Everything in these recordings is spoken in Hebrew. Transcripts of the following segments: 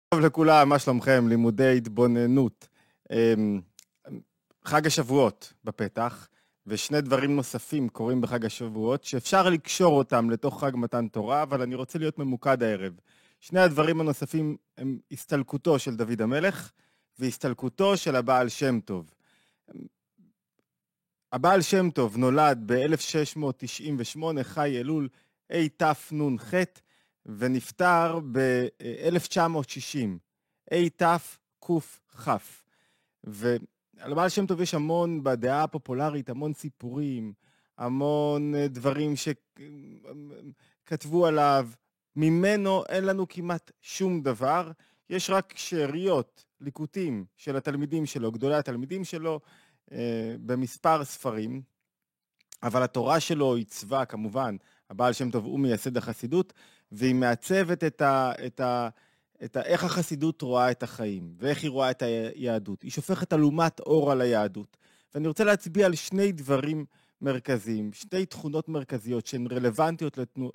טוב לכולם, מה שלומכם? לימודי התבוננות. חג השבועות בפתח, ושני דברים נוספים קורים בחג השבועות, שאפשר לקשור אותם לתוך חג מתן תורה, אבל אני רוצה להיות ממוקד הערב. שני הדברים הנוספים הם הסתלקותו של דוד המלך, והסתלקותו של הבעל שם טוב. הבעל שם טוב נולד ב-1698, חי אלול תנ"ח, ונפטר ב-1960, תק"כ. ועל הבעל שם טוב יש המון בדעה הפופולרית, המון סיפורים, המון דברים שכתבו עליו. ממנו אין לנו כמעט שום דבר, יש רק שאריות, ליקוטים של התלמידים שלו, גדולי התלמידים שלו, במספר ספרים, אבל התורה שלו עיצבה כמובן, הבעל שם טוב הוא מייסד החסידות, והיא מעצבת איך החסידות רואה את החיים, ואיך היא רואה את היהדות. היא שופכת אלומת אור על היהדות. ואני רוצה להצביע על שני דברים מרכזיים, שתי תכונות מרכזיות שהן רלוונטיות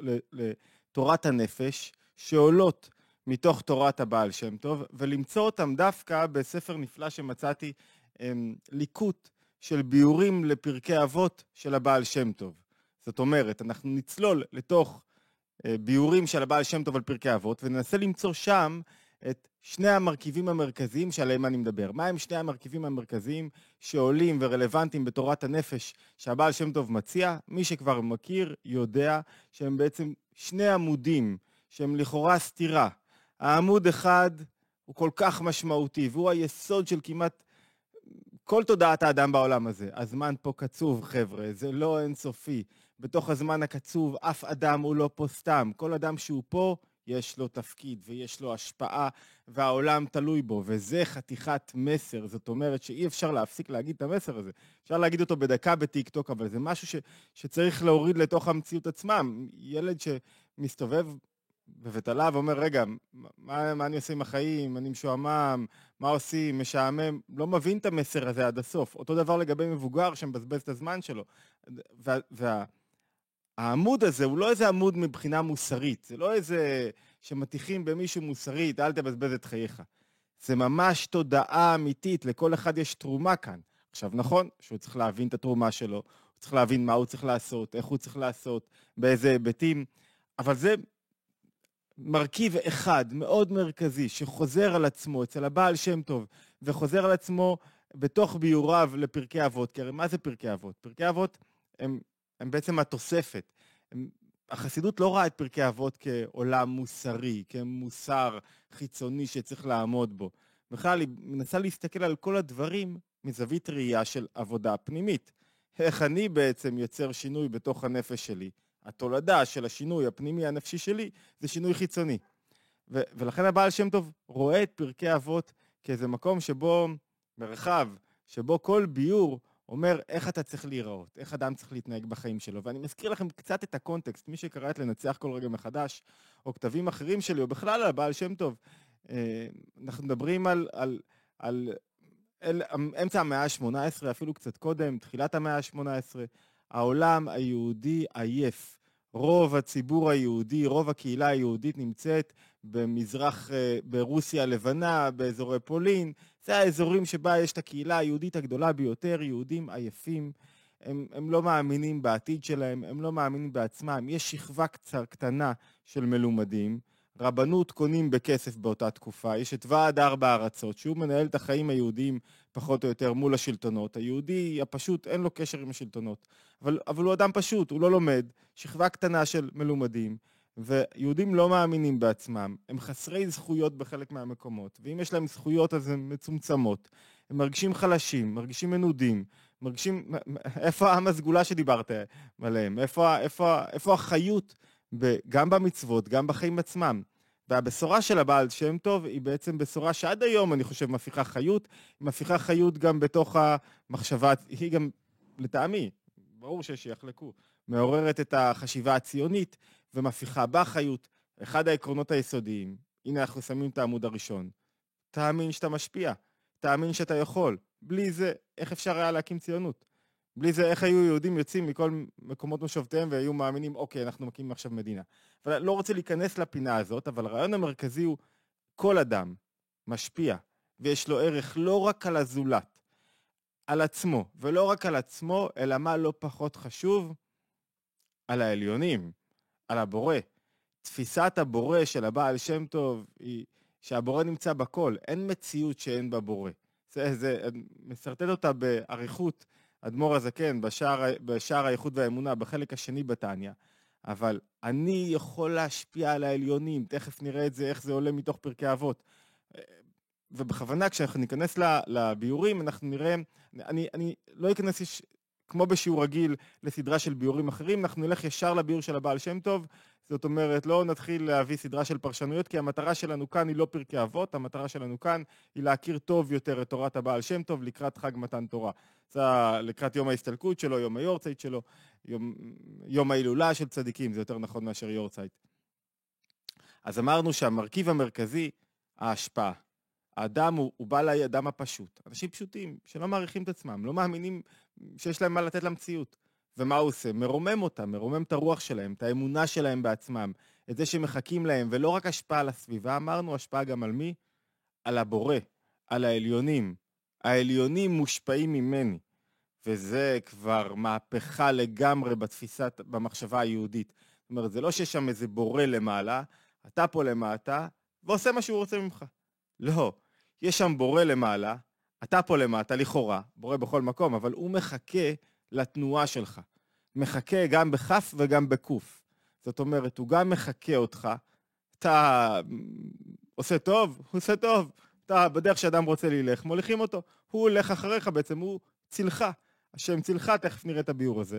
לתורת הנפש, שעולות מתוך תורת הבעל שם טוב, ולמצוא אותם דווקא בספר נפלא שמצאתי, ליקוט של ביורים לפרקי אבות של הבעל שם טוב. זאת אומרת, אנחנו נצלול לתוך ביורים של הבעל שם טוב על פרקי אבות, וננסה למצוא שם את שני המרכיבים המרכזיים שעליהם אני מדבר. מה הם שני המרכיבים המרכזיים שעולים ורלוונטיים בתורת הנפש שהבעל שם טוב מציע? מי שכבר מכיר יודע שהם בעצם שני עמודים שהם לכאורה סתירה. העמוד אחד הוא כל כך משמעותי, והוא היסוד של כמעט כל תודעת האדם בעולם הזה. הזמן פה קצוב, חבר'ה, זה לא אינסופי. בתוך הזמן הקצוב, אף אדם הוא לא פה סתם. כל אדם שהוא פה, יש לו תפקיד ויש לו השפעה, והעולם תלוי בו, וזה חתיכת מסר. זאת אומרת שאי אפשר להפסיק להגיד את המסר הזה. אפשר להגיד אותו בדקה בטיק-טוק, אבל זה משהו שצריך להוריד לתוך המציאות עצמם. ילד שמסתובב בבית עליו ואומר, רגע, מה אני עושה עם החיים? אני משועמם, מה עושים? משעמם? לא מבין את המסר הזה עד הסוף. אותו דבר לגבי מבוגר שמבזבז את הזמן שלו. והעמוד הזה הוא לא איזה עמוד מבחינה מוסרית. זה לא איזה שמתיחים במישהו מוסרית, אל תבזבז את חייך. זה ממש תודעה אמיתית, לכל אחד יש תרומה כאן. עכשיו נכון שהוא צריך להבין את התרומה שלו, הוא צריך להבין מה הוא צריך לעשות, איך הוא צריך לעשות, באיזה היבטים, אבל זה מרכיב אחד מאוד מרכזי שחוזר על עצמו אצל הבעל שם טוב וחוזר על עצמו בתוך ביוריו לפרקי אבות. כי הרי מה זה פרקי אבות? פרקי אבות הם בעצם התוספת. החסידות לא רואה את פרקי אבות כעולם מוסרי, כמוסר חיצוני שצריך לעמוד בו. בכלל היא מנסה להסתכל על כל הדברים מזווית ראייה של עבודה פנימית. איך אני בעצם יוצר שינוי בתוך הנפש שלי? התולדה של השינוי הפנימי הנפשי שלי זה שינוי חיצוני. ולכן הבעל שם טוב רואה את פרקי אבות כאיזה מקום שבו, מרחב, שבו כל ביור אומר איך אתה צריך להיראות, איך אדם צריך להתנהג בחיים שלו. ואני מזכיר לכם קצת את הקונטקסט, מי שקרא את לנצח כל רגע מחדש, או כתבים אחרים שלי, או בכלל על הבעל שם טוב, אנחנו מדברים על אמצע המאה ה-18, אפילו קצת קודם, תחילת המאה ה-18, העולם היהודי עייף. רוב הציבור היהודי, רוב הקהילה היהודית נמצאת במזרח, ברוסיה הלבנה, באזורי פולין. זה האזורים שבה יש את הקהילה היהודית הגדולה ביותר, יהודים עייפים. הם לא מאמינים בעתיד שלהם, הם לא מאמינים בעצמם. יש שכבה קטנה של מלומדים. רבנות קונים בכסף באותה תקופה. יש את ועד 4 ארצות, שהוא מנהל את החיים היהודיים פחות או יותר מול השלטונות. היהודי הפשוט אין לו קשר עם השלטונות. אבל הוא אדם פשוט, הוא לא לומד. שכבה קטנה של מלומדים. ויהודים לא מאמינים בעצמם. הם חסרי זכויות בחלק מהמקומות. ואם יש להם זכויות אז הן מצומצמות. הם מרגישים חלשים, מרגישים מנודים. מרגישים, איפה העם הסגולה שדיברת עליהם? איפה החיות גם במצוות, גם בחיים עצמם. והבשורה של הבעל שם טוב היא בעצם בשורה שעד היום אני חושב מפיחה חיות, היא מפיחה חיות גם בתוך המחשבה, היא גם לטעמי, ברור שיחלקו, מעוררת את החשיבה הציונית ומפיחה בה חיות. אחד העקרונות היסודיים, הנה אנחנו שמים את העמוד הראשון, תאמין שאתה משפיע, תאמין שאתה יכול, בלי זה איך אפשר היה להקים ציונות? בלי זה איך היו יהודים יוצאים מכל מקומות מושבתיהם והיו מאמינים, אוקיי, אנחנו מקימים עכשיו מדינה. אבל לא רוצה להיכנס לפינה הזאת, אבל הרעיון המרכזי הוא כל אדם, משפיע, ויש לו ערך לא רק על הזולת, על עצמו, ולא רק על עצמו, אלא מה לא פחות חשוב, על העליונים, על הבורא. תפיסת הבורא של הבעל שם טוב היא שהבורא נמצא בכל, אין מציאות שאין בה בורא. זה מסרטט אותה בעריכות אדמו"ר הזקן בשער האיחוד והאמונה, בחלק השני בתניא. אבל אני יכול להשפיע על העליונים, תכף נראה את זה, איך זה עולה מתוך פרקי אבות. ובכוונה כשאנחנו ניכנס לביורים, אנחנו נראה, אני לא אכנס כמו בשיעור רגיל לסדרה של ביורים אחרים, אנחנו נלך ישר לביור של הבעל שם טוב, זאת אומרת, לא נתחיל להביא סדרה של פרשנויות, כי המטרה שלנו כאן היא לא פרקי אבות, המטרה שלנו כאן היא להכיר טוב יותר את תורת הבעל שם טוב לקראת חג מתן תורה. זה לקראת יום ההסתלקות שלו, יום היורצייט שלו, יום ההילולה של צדיקים, זה יותר נכון מאשר יורצייט. אז אמרנו שהמרכיב המרכזי, ההשפעה. האדם הוא בעל האדם הפשוט. אנשים פשוטים שלא מעריכים את עצמם, לא מאמינים שיש להם מה לתת למציאות. ומה הוא עושה? מרומם אותם, מרומם את הרוח שלהם, את האמונה שלהם בעצמם, את זה שמחכים להם, ולא רק השפעה על הסביבה, אמרנו, השפעה גם על מי? על הבורא, על העליונים. העליונים מושפעים ממני, וזה כבר מהפכה לגמרי בתפיסת, במחשבה היהודית. זאת אומרת, זה לא שיש שם איזה בורא למעלה, אתה פה למטה, ועושה מה שהוא רוצה ממך. לא, יש שם בורא למעלה, אתה פה למטה, לכאורה, בורא בכל מקום, אבל הוא מחכה לתנועה שלך. מחכה גם בכף וגם בקוף. זאת אומרת, הוא גם מחכה אותך, אתה עושה טוב, הוא עושה טוב, אתה בדרך שאדם רוצה ללך, מוליכים אותו, הוא הולך אחריך בעצם, הוא צילך, השם צילך, תכף נראה את הביור הזה,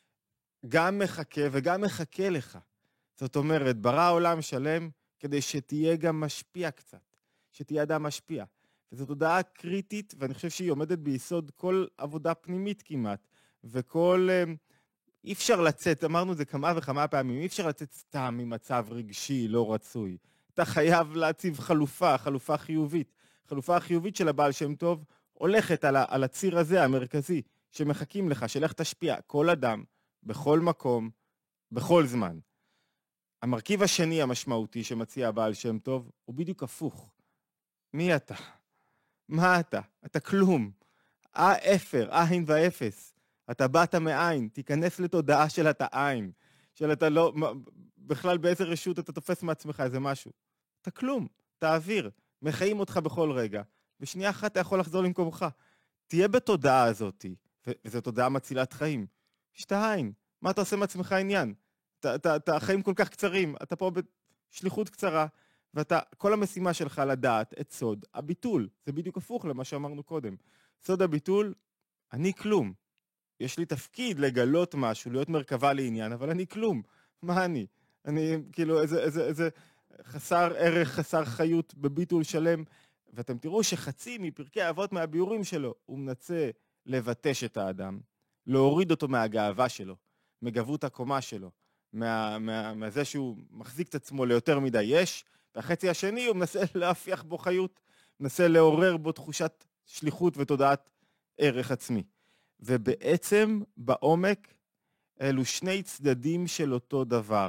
גם מחכה וגם מחכה לך. זאת אומרת, ברא עולם שלם כדי שתהיה גם משפיע קצת, שתהיה אדם משפיע. וזו תודעה קריטית, ואני חושב שהיא עומדת ביסוד כל עבודה פנימית כמעט, וכל... אי אפשר לצאת, אמרנו את זה כמה וכמה פעמים, אי אפשר לצאת סתם ממצב רגשי לא רצוי. אתה חייב להציב חלופה חיובית. חלופה חיובית של הבעל שם טוב הולכת על הציר הזה המרכזי, שמחכים לך, שלך תשפיע כל אדם, בכל מקום, בכל זמן. המרכיב השני המשמעותי שמציע הבעל שם טוב הוא בדיוק הפוך. מי אתה? מה אתה? אתה כלום. אפר, אין ואפס. אתה באת מאין, תיכנס לתודעה של אתה עין. של אתה לא, בכלל באיזה רשות אתה תופס מעצמך איזה משהו. אתה כלום, אתה אוויר, מחיים אותך בכל רגע. בשנייה אחת אתה יכול לחזור למקומך. תהיה בתודעה הזאת, וזו תודעה מצילת חיים. שאתה עין, מה אתה עושה מעצמך עניין? אתה החיים כל כך קצרים, אתה פה בשליחות קצרה, ואתה, כל המשימה שלך לדעת את סוד הביטול. זה בדיוק הפוך למה שאמרנו קודם. סוד הביטול, אני כלום. יש לי תפקיד לגלות משהו, להיות מרכבה לעניין, אבל אני כלום. מה אני? אני כאילו איזה חסר ערך, חסר חיות בביטול שלם, ואתם תראו שחצי מפרקי האבות מהביורים שלו, הוא מנסה לבטש את האדם, להוריד אותו מהגאווה שלו, מגבות הקומה שלו, מהזה שהוא מחזיק את עצמו ליותר מדי יש, והחצי השני הוא מנסה להפיח בו חיות, מנסה לעורר בו תחושת שליחות ותודעת ערך עצמי. ובעצם בעומק אלו שני צדדים של אותו דבר.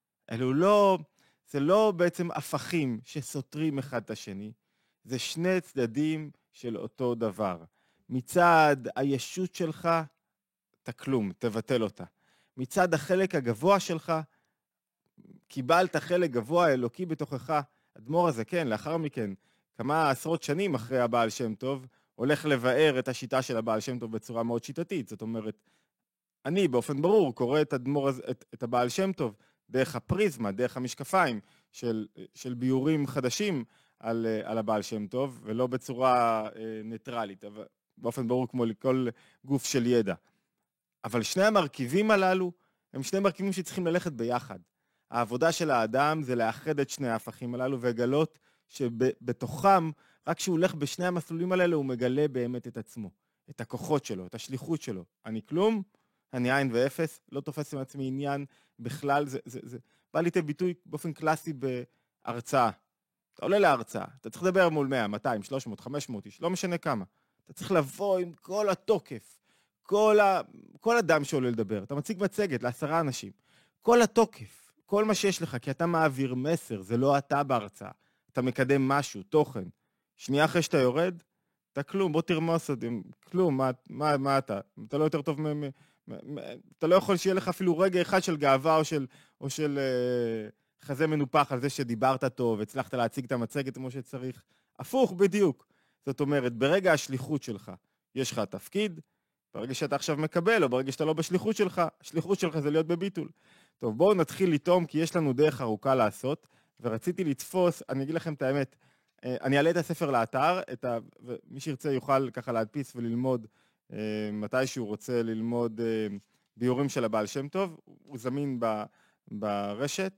זה לא בעצם הפכים שסותרים אחד את השני, זה שני צדדים של אותו דבר. מצד הישות שלך, אתה כלום, תבטל אותה. מצד החלק הגבוה שלך, קיבלת חלק גבוה אלוקי בתוכך. אדמו"ר הזקן, לאחר מכן, כמה עשרות שנים אחרי הבעל שם טוב, הולך לבאר את השיטה של הבעל שם טוב בצורה מאוד שיטתית. זאת אומרת, אני באופן ברור קורא את הבעל שם טוב דרך הפריזמה, דרך המשקפיים של ביורים חדשים על הבעל שם טוב, ולא בצורה ניטרלית, אבל באופן ברור כמו לכל גוף של ידע. אבל שני המרכיבים הללו הם שני מרכיבים שצריכים ללכת ביחד. העבודה של האדם זה לאחד את שני ההפכים הללו ולגלות שבתוכם, רק כשהוא הולך בשני המסלולים הללו, הוא מגלה באמת את עצמו, את הכוחות שלו, את השליחות שלו. אני כלום, אני עין ואפס, לא תופס עם עצמי עניין בכלל, זה בא לידי ביטוי באופן קלאסי בהרצאה. אתה עולה להרצאה, אתה צריך לדבר מול 100, 200, 300, 500 איש, לא משנה כמה. אתה צריך לבוא עם כל התוקף, כל אדם שעולה לדבר. אתה מציג מצגת ל10 אנשים. כל התוקף, כל מה שיש לך, כי אתה מעביר מסר, זה לא אתה בהרצאה. אתה מקדם משהו, תוכן. שנייה אחרי שאתה יורד, אתה כלום, בוא תרמוס אותי, כלום, מה אתה? אתה לא יותר טוב אתה לא יכול שיהיה לך אפילו רגע אחד של גאווה או של חזה מנופח על זה שדיברת טוב, הצלחת להציג את המצגת כמו שצריך. הפוך בדיוק. זאת אומרת, ברגע השליחות שלך, יש לך תפקיד, ברגע שאתה עכשיו מקבל, או ברגע שאתה לא בשליחות שלך, השליחות שלך זה להיות בביטול. טוב, בואו נתחיל לטעום, כי יש לנו דרך ארוכה לעשות, ורציתי לתפוס, אני אגיד לכם את האמת, אני אעלה את הספר לאתר, ומי שירצה יוכל ככה להדפיס וללמוד מתי שהוא רוצה ללמוד ביורים של הבעל שם טוב, הוא זמין ברשת.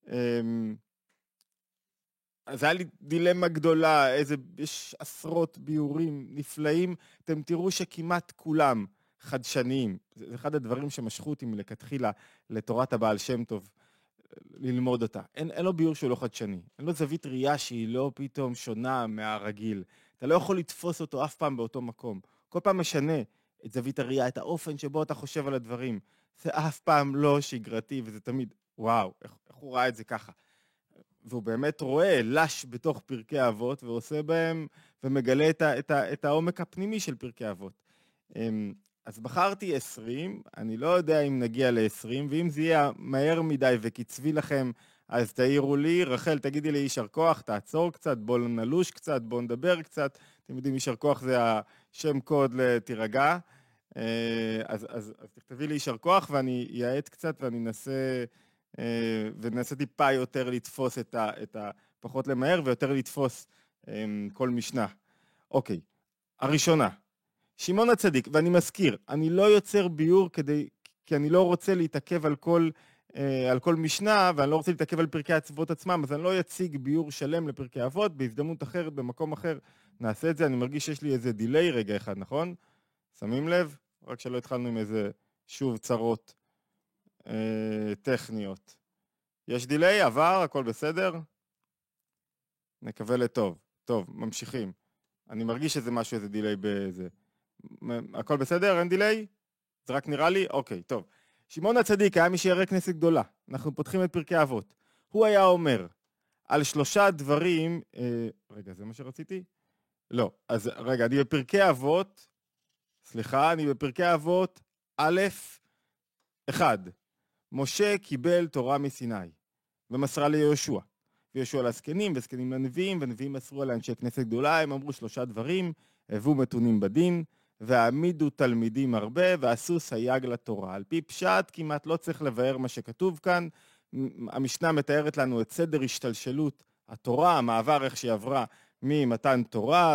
אז היה לי דילמה גדולה, יש עשרות ביורים נפלאים, אתם תראו שכמעט כולם חדשניים. זה אחד הדברים שמשכו אותי מלכתחילה לתורת הבעל שם טוב, ללמוד אותה. אין לו ביור שהוא לא חדשני, אין לו זווית ראייה שהיא לא פתאום שונה מהרגיל. אתה לא יכול לתפוס אותו אף פעם באותו מקום. כל פעם משנה את זווית הראייה, את האופן שבו אתה חושב על הדברים. זה אף פעם לא שגרתי, וזה תמיד, וואו, איך הוא ראה את זה ככה. והוא באמת רואה לש בתוך פרקי אבות, ועושה בהם, ומגלה את העומק הפנימי של פרקי אבות. אז בחרתי 20, אני לא יודע אם נגיע ל-20, ואם זה יהיה מהר מדי וקצבי לכם, אז תעירו לי, רחל, תגידי לי יישר כוח, תעצור קצת, בואו נלוש קצת, בואו נדבר קצת, אתם יודעים, יישר כוח זה השם קוד לתירגע, אז תכתבי לי יישר כוח, ואני אעט קצת, ואני וננסה טיפה יותר לתפוס פחות למהר, ויותר לתפוס כל משנה. אוקיי, הראשונה. שמעון הצדיק, ואני מזכיר, אני לא יוצר ביור כי אני לא רוצה להתעכב על כל משנה, ואני לא רוצה להתעכב על פרקי הצוות עצמם, אז אני לא יציג ביור שלם לפרקי אבות, בהזדמנות אחרת, במקום אחר, נעשה את זה. אני מרגיש שיש לי איזה דיליי רגע אחד, נכון? שמים לב? רק שלא התחלנו עם איזה שוב צרות טכניות. יש דיליי, עבר, הכל בסדר? נקווה לטוב. טוב, ממשיכים. אני מרגיש שזה משהו, איזה דיליי בזה. הכל בסדר? אין דיליי? זה רק נראה לי? אוקיי, טוב. שמעון הצדיק היה מי שירא כנסת גדולה. אנחנו פותחים את פרקי אבות. הוא היה אומר על 3 דברים... רגע, זה מה שרציתי? לא. אז רגע, אני בפרקי אבות... סליחה, אני בפרקי אבות א' 1. משה קיבל תורה מסיני ומסרה ליהושע. ויהושע לזקנים וזקנים לנביאים, ונביאים מסרו לאנשי כנסת גדולה. הם אמרו 3 דברים, הבאו מתונים בדין, והעמידו תלמידים הרבה, ועשו סייג לתורה. על פי פשט כמעט לא צריך לבאר מה שכתוב כאן. המשנה מתארת לנו את סדר השתלשלות התורה, המעבר איך שהיא עברה ממתן תורה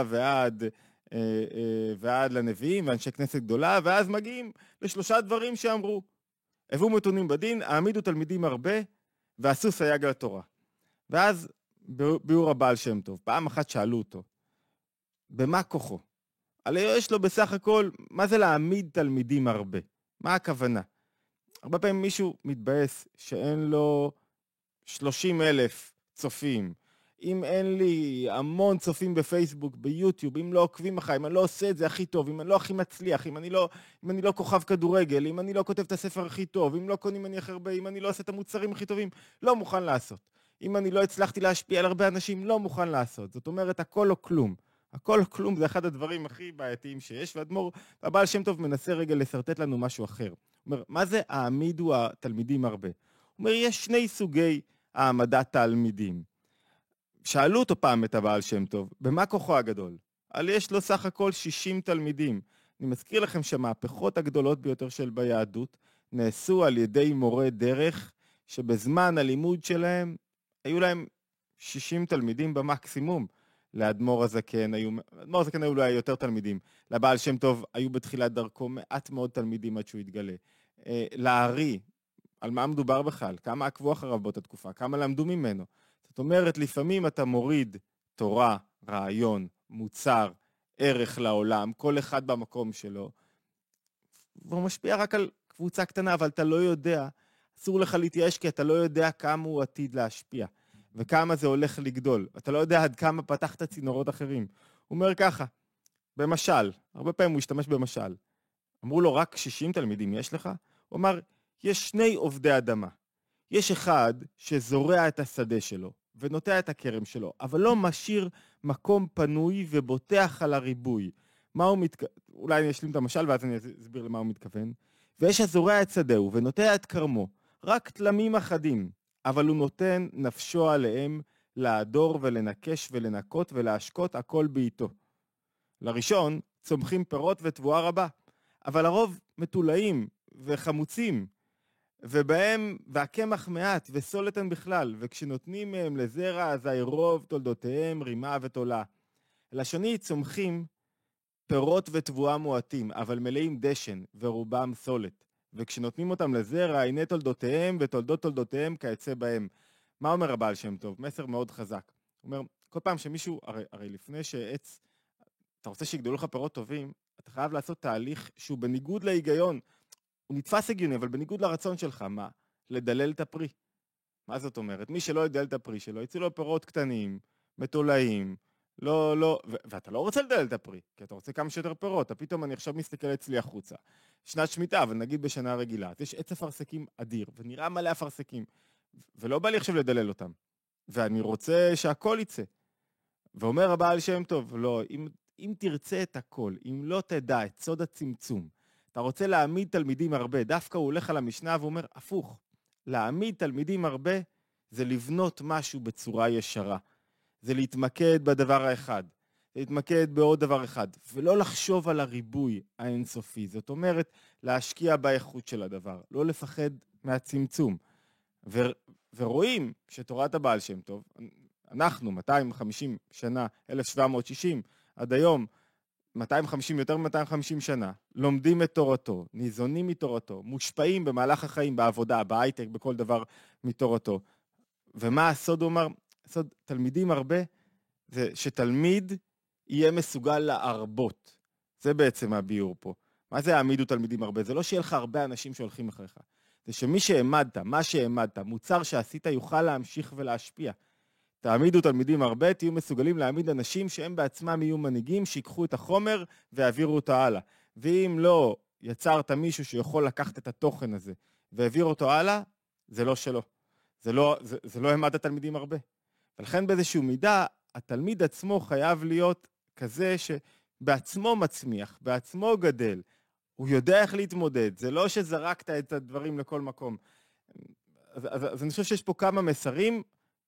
ועד לנביאים ואנשי כנסת גדולה, ואז מגיעים ל3 דברים שאמרו. הבאו מתונים בדין, העמידו תלמידים הרבה, ועשו סייג לתורה. ואז ביאור הבעל שם טוב, פעם אחת שאלו אותו, במה כוחו? הרי יש לו בסך הכל, מה זה להעמיד תלמידים הרבה? מה הכוונה? הרבה פעמים מישהו מתבאס שאין לו 30,000 צופים, אם אין לי המון צופים בפייסבוק, ביוטיוב, אם לא עוקבים אחרי, אם אני לא עושה את זה הכי טוב, אם אני לא הכי מצליח, אם אני לא כוכב כדורגל, אם אני לא כותב את הספר הכי טוב, אם לא קונים ממני הכי הרבה, אם אני לא עושה את המוצרים הכי טובים, לא מוכן לעשות. אם אני לא הצלחתי להשפיע על הרבה אנשים, לא מוכן לעשות. זאת אומרת, הכל או כלום. הכל או כלום זה אחד הדברים הכי בעייתיים שיש, והאדמו"ר, הבעל שם טוב מנסה רגע לסרטט לנו משהו אחר. הוא אומר, מה זה העמידו התלמידים הרבה? הוא אומר, יש 2 סוגי העמדת תלמידים. שאלו אותו פעם את הבעל שם טוב, במה כוחו הגדול? אבל יש לו סך הכל 60 תלמידים. אני מזכיר לכם שהמהפכות הגדולות ביותר של ביהדות נעשו על ידי מורה דרך, שבזמן הלימוד שלהם היו להם 60 תלמידים במקסימום. לאדמו"ר הזקן היו אולי יותר תלמידים. לבעל שם טוב היו בתחילת דרכו מעט מאוד תלמידים עד שהוא התגלה. לארי, על מה מדובר בכלל? כמה עקבו אחריו באותה תקופה? כמה למדו ממנו? זאת אומרת, לפעמים אתה מוריד תורה, רעיון, מוצר, ערך לעולם, כל אחד במקום שלו, והוא משפיע רק על קבוצה קטנה, אבל אתה לא יודע, אסור לך להתייאש כי אתה לא יודע כמה הוא עתיד להשפיע, וכמה זה הולך לגדול. אתה לא יודע עד כמה פתחת צינורות אחרים. הוא אומר ככה, במשל, הרבה פעמים הוא השתמש במשל, אמרו לו רק 60 תלמידים יש לך? הוא אמר, יש 2 עובדי אדמה. יש אחד שזורע את השדה שלו, ונוטע את הכרם שלו, אבל לא משאיר מקום פנוי ובוטח על הריבוי. אולי אני אשלים את המשל ואז אני אסביר למה הוא מתכוון. ויש הזורע את שדהו ונוטע את כרמו, רק תלמים אחדים, אבל הוא נותן נפשו עליהם להדור ולנקש ולנקות ולהשקות הכל בעיתו. לראשון צומחים פירות ותבואה רבה, אבל הרוב מטולאים וחמוצים, והקמח מעט וסולתן בכלל, וכשנותנים מהם לזרע אזי רוב תולדותיהם רימה ותולה. לשני צומחים פירות ותבואה מועטים, אבל מלאים דשן ורובם סולת, וכשנותנים אותם לזרע הנה תולדותיהם ותולדות תולדותיהם כיצא בהם. מה אומר הבעל שם טוב? מסר מאוד חזק. הוא אומר, כל פעם שמישהו, הרי לפני שעץ, אתה רוצה שיגדלו לך פירות טובים, אתה חייב לעשות תהליך שהוא בניגוד להיגיון. הוא נתפס הגיוני, אבל בניגוד לרצון שלך, מה? לדלל את הפרי. מה זאת אומרת? מי שלא ידלל את הפרי שלו, יצאו לו פירות קטנים, מטולאים, ואתה לא רוצה לדלל את הפרי, כי אתה רוצה כמה שיותר פירות. פתאום אני עכשיו מסתכל אצלי החוצה. שנת שמיטה, אבל נגיד בשנה רגילה, אז יש עץ אפרסקים אדיר, ונראה מלא אפרסקים, ולא בא לי עכשיו לדלל אותם. ואני רוצה שהכל יצא. ואומר הבעל שם טוב, לא, אם תרצה את הכל, אם לא תדע את סוד הצמצום, אתה רוצה להעמיד תלמידים הרבה, דווקא הוא הולך על המשנה ואומר, הפוך, להעמיד תלמידים הרבה זה לבנות משהו בצורה ישרה, זה להתמקד בדבר האחד, זה להתמקד בעוד דבר אחד, ולא לחשוב על הריבוי האינסופי, זאת אומרת, להשקיע באיכות של הדבר, לא לפחד מהצמצום, ורואים שתורת הבעל שם טוב, אנחנו 250 שנה, 1760, עד היום, 250, יותר מ-250 שנה, לומדים את תורתו, ניזונים מתורתו, מושפעים במהלך החיים, בעבודה, בהייטק, בכל דבר מתורתו. ומה הסוד הוא אמר? הסוד, תלמידים הרבה, זה שתלמיד יהיה מסוגל להרבות. זה בעצם הביור פה. מה זה העמידו תלמידים הרבה? זה לא שיהיה לך הרבה אנשים שהולכים אחריך. זה שמי שהעמדת, מה שהעמדת, מוצר שעשית יוכל להמשיך ולהשפיע. תעמידו תלמידים הרבה, תהיו מסוגלים להעמיד אנשים שהם בעצמם יהיו מנהיגים, שיקחו את החומר ויעבירו אותו הלאה. ואם לא יצרת מישהו שיכול לקחת את התוכן הזה והעביר אותו הלאה, זה לא שלו. זה לא העמד התלמידים הרבה. ולכן באיזשהו מידה, התלמיד עצמו חייב להיות כזה שבעצמו מצמיח, בעצמו גדל. הוא יודע איך להתמודד. זה לא שזרקת את הדברים לכל מקום. אז אני חושב שיש פה כמה מסרים,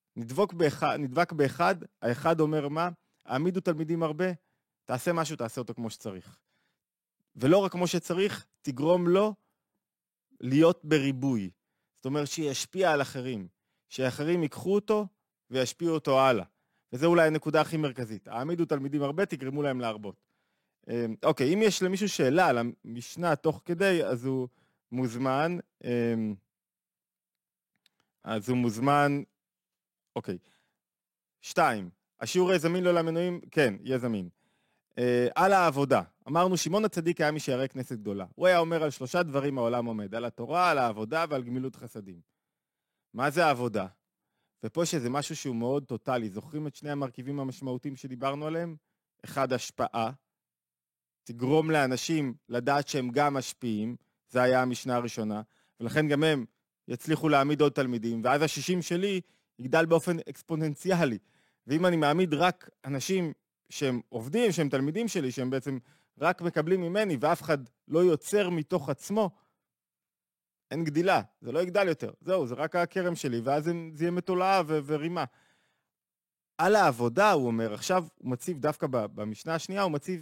נדבק באחד, האחד אומר מה? העמידו תלמידים הרבה, תעשה משהו, תעשה אותו כמו שצריך. ולא רק כמו שצריך, תגרום לו להיות בריבוי. זאת אומרת שישפיע על אחרים, שאחרים ייקחו אותו וישפיעו אותו הלאה. וזה אולי הנקודה הכי מרכזית. העמידו תלמידים הרבה, תגרמו להם להרבות. אוקיי, אם יש למישהו שאלה על המשנה תוך כדי, אז הוא מוזמן. אוקיי. 2. השיעור יהיה זמין לו למנויים? כן, יהיה זמין. על העבודה. אמרנו, שמעון הצדיק היה מי שירא כנסת גדולה. הוא היה אומר על 3 דברים העולם עומד. על התורה, על העבודה ועל גמילות חסדים. מה זה העבודה? ופה שזה משהו שהוא מאוד טוטלי. זוכרים את שני המרכיבים המשמעותיים שדיברנו עליהם? 1, השפעה. תגרום לאנשים לדעת שהם גם משפיעים. זה היה המשנה הראשונה. ולכן גם הם יצליחו להעמיד עוד תלמידים. ואז ה-60 שלי יגדל באופן אקספוננציאלי. ואם אני מעמיד רק אנשים שהם עובדים, שהם תלמידים שלי, שהם בעצם רק מקבלים ממני, ואף אחד לא יוצר מתוך עצמו, אין גדילה, זה לא יגדל יותר. זהו, זה רק הכרם שלי, ואז זה יהיה מתולעה ורימה. על העבודה, הוא אומר, עכשיו הוא מציב דווקא במשנה השנייה, הוא מציב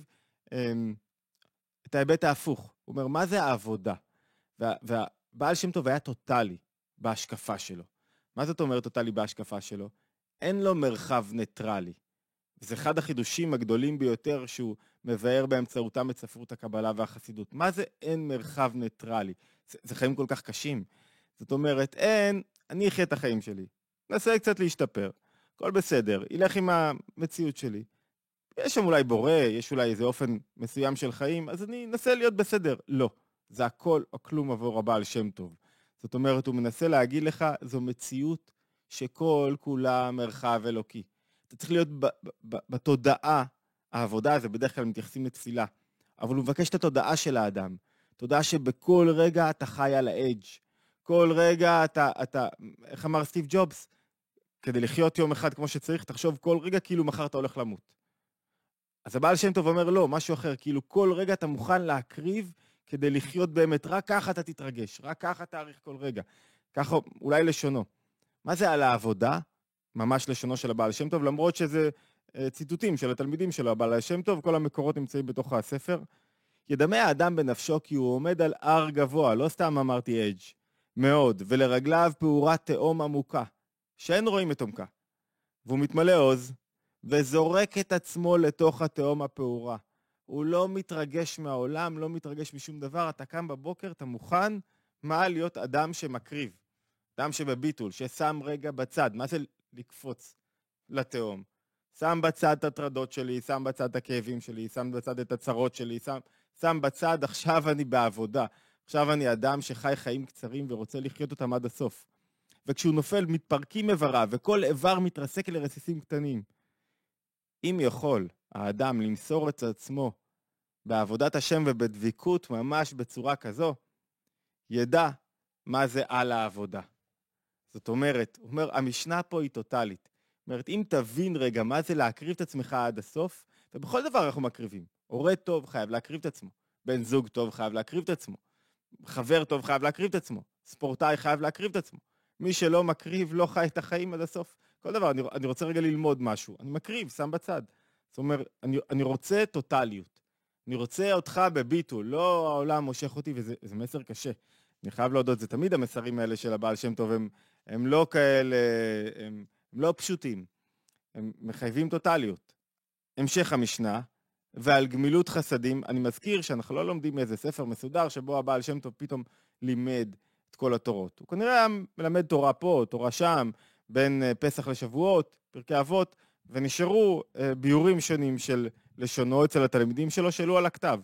את ההיבט ההפוך. הוא אומר, מה זה העבודה? והבעל שם טוב היה טוטלי בהשקפה שלו. מה זאת אומרת טוטלי בהשקפה שלו? אין לו מרחב ניטרלי. זה אחד החידושים הגדולים ביותר שהוא מבאר באמצעותם את ספרות הקבלה והחסידות. מה זה אין מרחב ניטרלי? זה חיים כל כך קשים. זאת אומרת, אני אחיה את החיים שלי. נסה קצת להשתפר. הכל בסדר, ילך עם המציאות שלי. יש שם אולי בורא, יש אולי איזה אופן מסוים של חיים, אז אני אנסה להיות בסדר. לא, זה הכל או כלום עבור הבעל שם טוב. זאת אומרת, הוא מנסה להגיד לך, זו מציאות שכל כולה מרחב אלוקי. אתה צריך להיות בתודעה, העבודה זה בדרך כלל מתייחסים לתפילה, אבל הוא מבקש את התודעה של האדם, תודעה שבכל רגע אתה חי על האדג', כל רגע אתה, איך אמר סטיב ג'ובס, כדי לחיות יום אחד כמו שצריך, תחשוב כל רגע כאילו מחר אתה הולך למות. אז הבעל שם טוב אומר לא, משהו אחר, כאילו כל רגע אתה מוכן להקריב כדי לחיות באמת, רק ככה אתה תתרגש, רק ככה תאריך כל רגע. ככה אולי לשונו. מה זה על העבודה? ממש לשונו של הבעל שם טוב, למרות שזה ציטוטים של התלמידים שלו, הבעל שם טוב, כל המקורות נמצאים בתוך הספר. ידמה האדם בנפשו כי הוא עומד על הר גבוה, לא סתם אמרתי אדג' מאוד, ולרגליו פעורת תהום עמוקה, שאין רואים את עומקה. והוא מתמלא עוז, וזורק את עצמו לתוך התהום הפעורה. הוא לא מתרגש מהעולם, לא מתרגש משום דבר, אתה קם בבוקר, אתה מוכן להיות אדם שמקריב, אדם שבביטול, ששם רגע בצד, מה זה לקפוץ לתהום? שם בצד את הטרדות שלי, שם בצד את הכאבים שלי, שם בצד את הצרות שלי, שם בצד, עכשיו אני בעבודה, עכשיו אני אדם שחי חיים קצרים ורוצה לחיות אותם עד הסוף. וכשהוא נופל, מתפרקים איבריו, וכל איבר מתרסק לרסיסים קטנים. אם יכול האדם למסור את עצמו בעבודת השם ובדביקות ממש בצורה כזו, ידע מה זה על העבודה. זאת אומרת, המשנה פה היא טוטלית. זאת אומרת, אם תבין רגע מה זה להקריב את עצמך עד הסוף, ובכל דבר אנחנו מקריבים. הורה טוב חייב להקריב את עצמו. בן זוג טוב חייב להקריב את עצמו. חבר טוב חייב להקריב את עצמו. ספורטאי חייב להקריב את עצמו. מי שלא מקריב לא חי את החיים עד הסוף. כל דבר, אני רוצה רגע ללמוד משהו. אני מקריב, שם בצד. זאת אומרת, אני רוצה טוטליות. אני רוצה אותך בביטול, לא העולם מושך אותי, וזה מסר קשה. אני חייב להודות, זה תמיד המסרים האלה של הבעל שם טוב, הם לא כאלה, הם לא פשוטים. הם מחייבים טוטליות. המשך המשנה, ועל גמילות חסדים, אני מזכיר שאנחנו לא לומדים איזה ספר מסודר, שבו הבעל שם טוב פתאום לימד את כל התורות. הוא כנראה היה מלמד תורה פה, תורה שם, בין פסח לשבועות, פרקי אבות, ונשארו ביורים שונים של לשונו אצל התלמידים שלו שעלו על הכתב.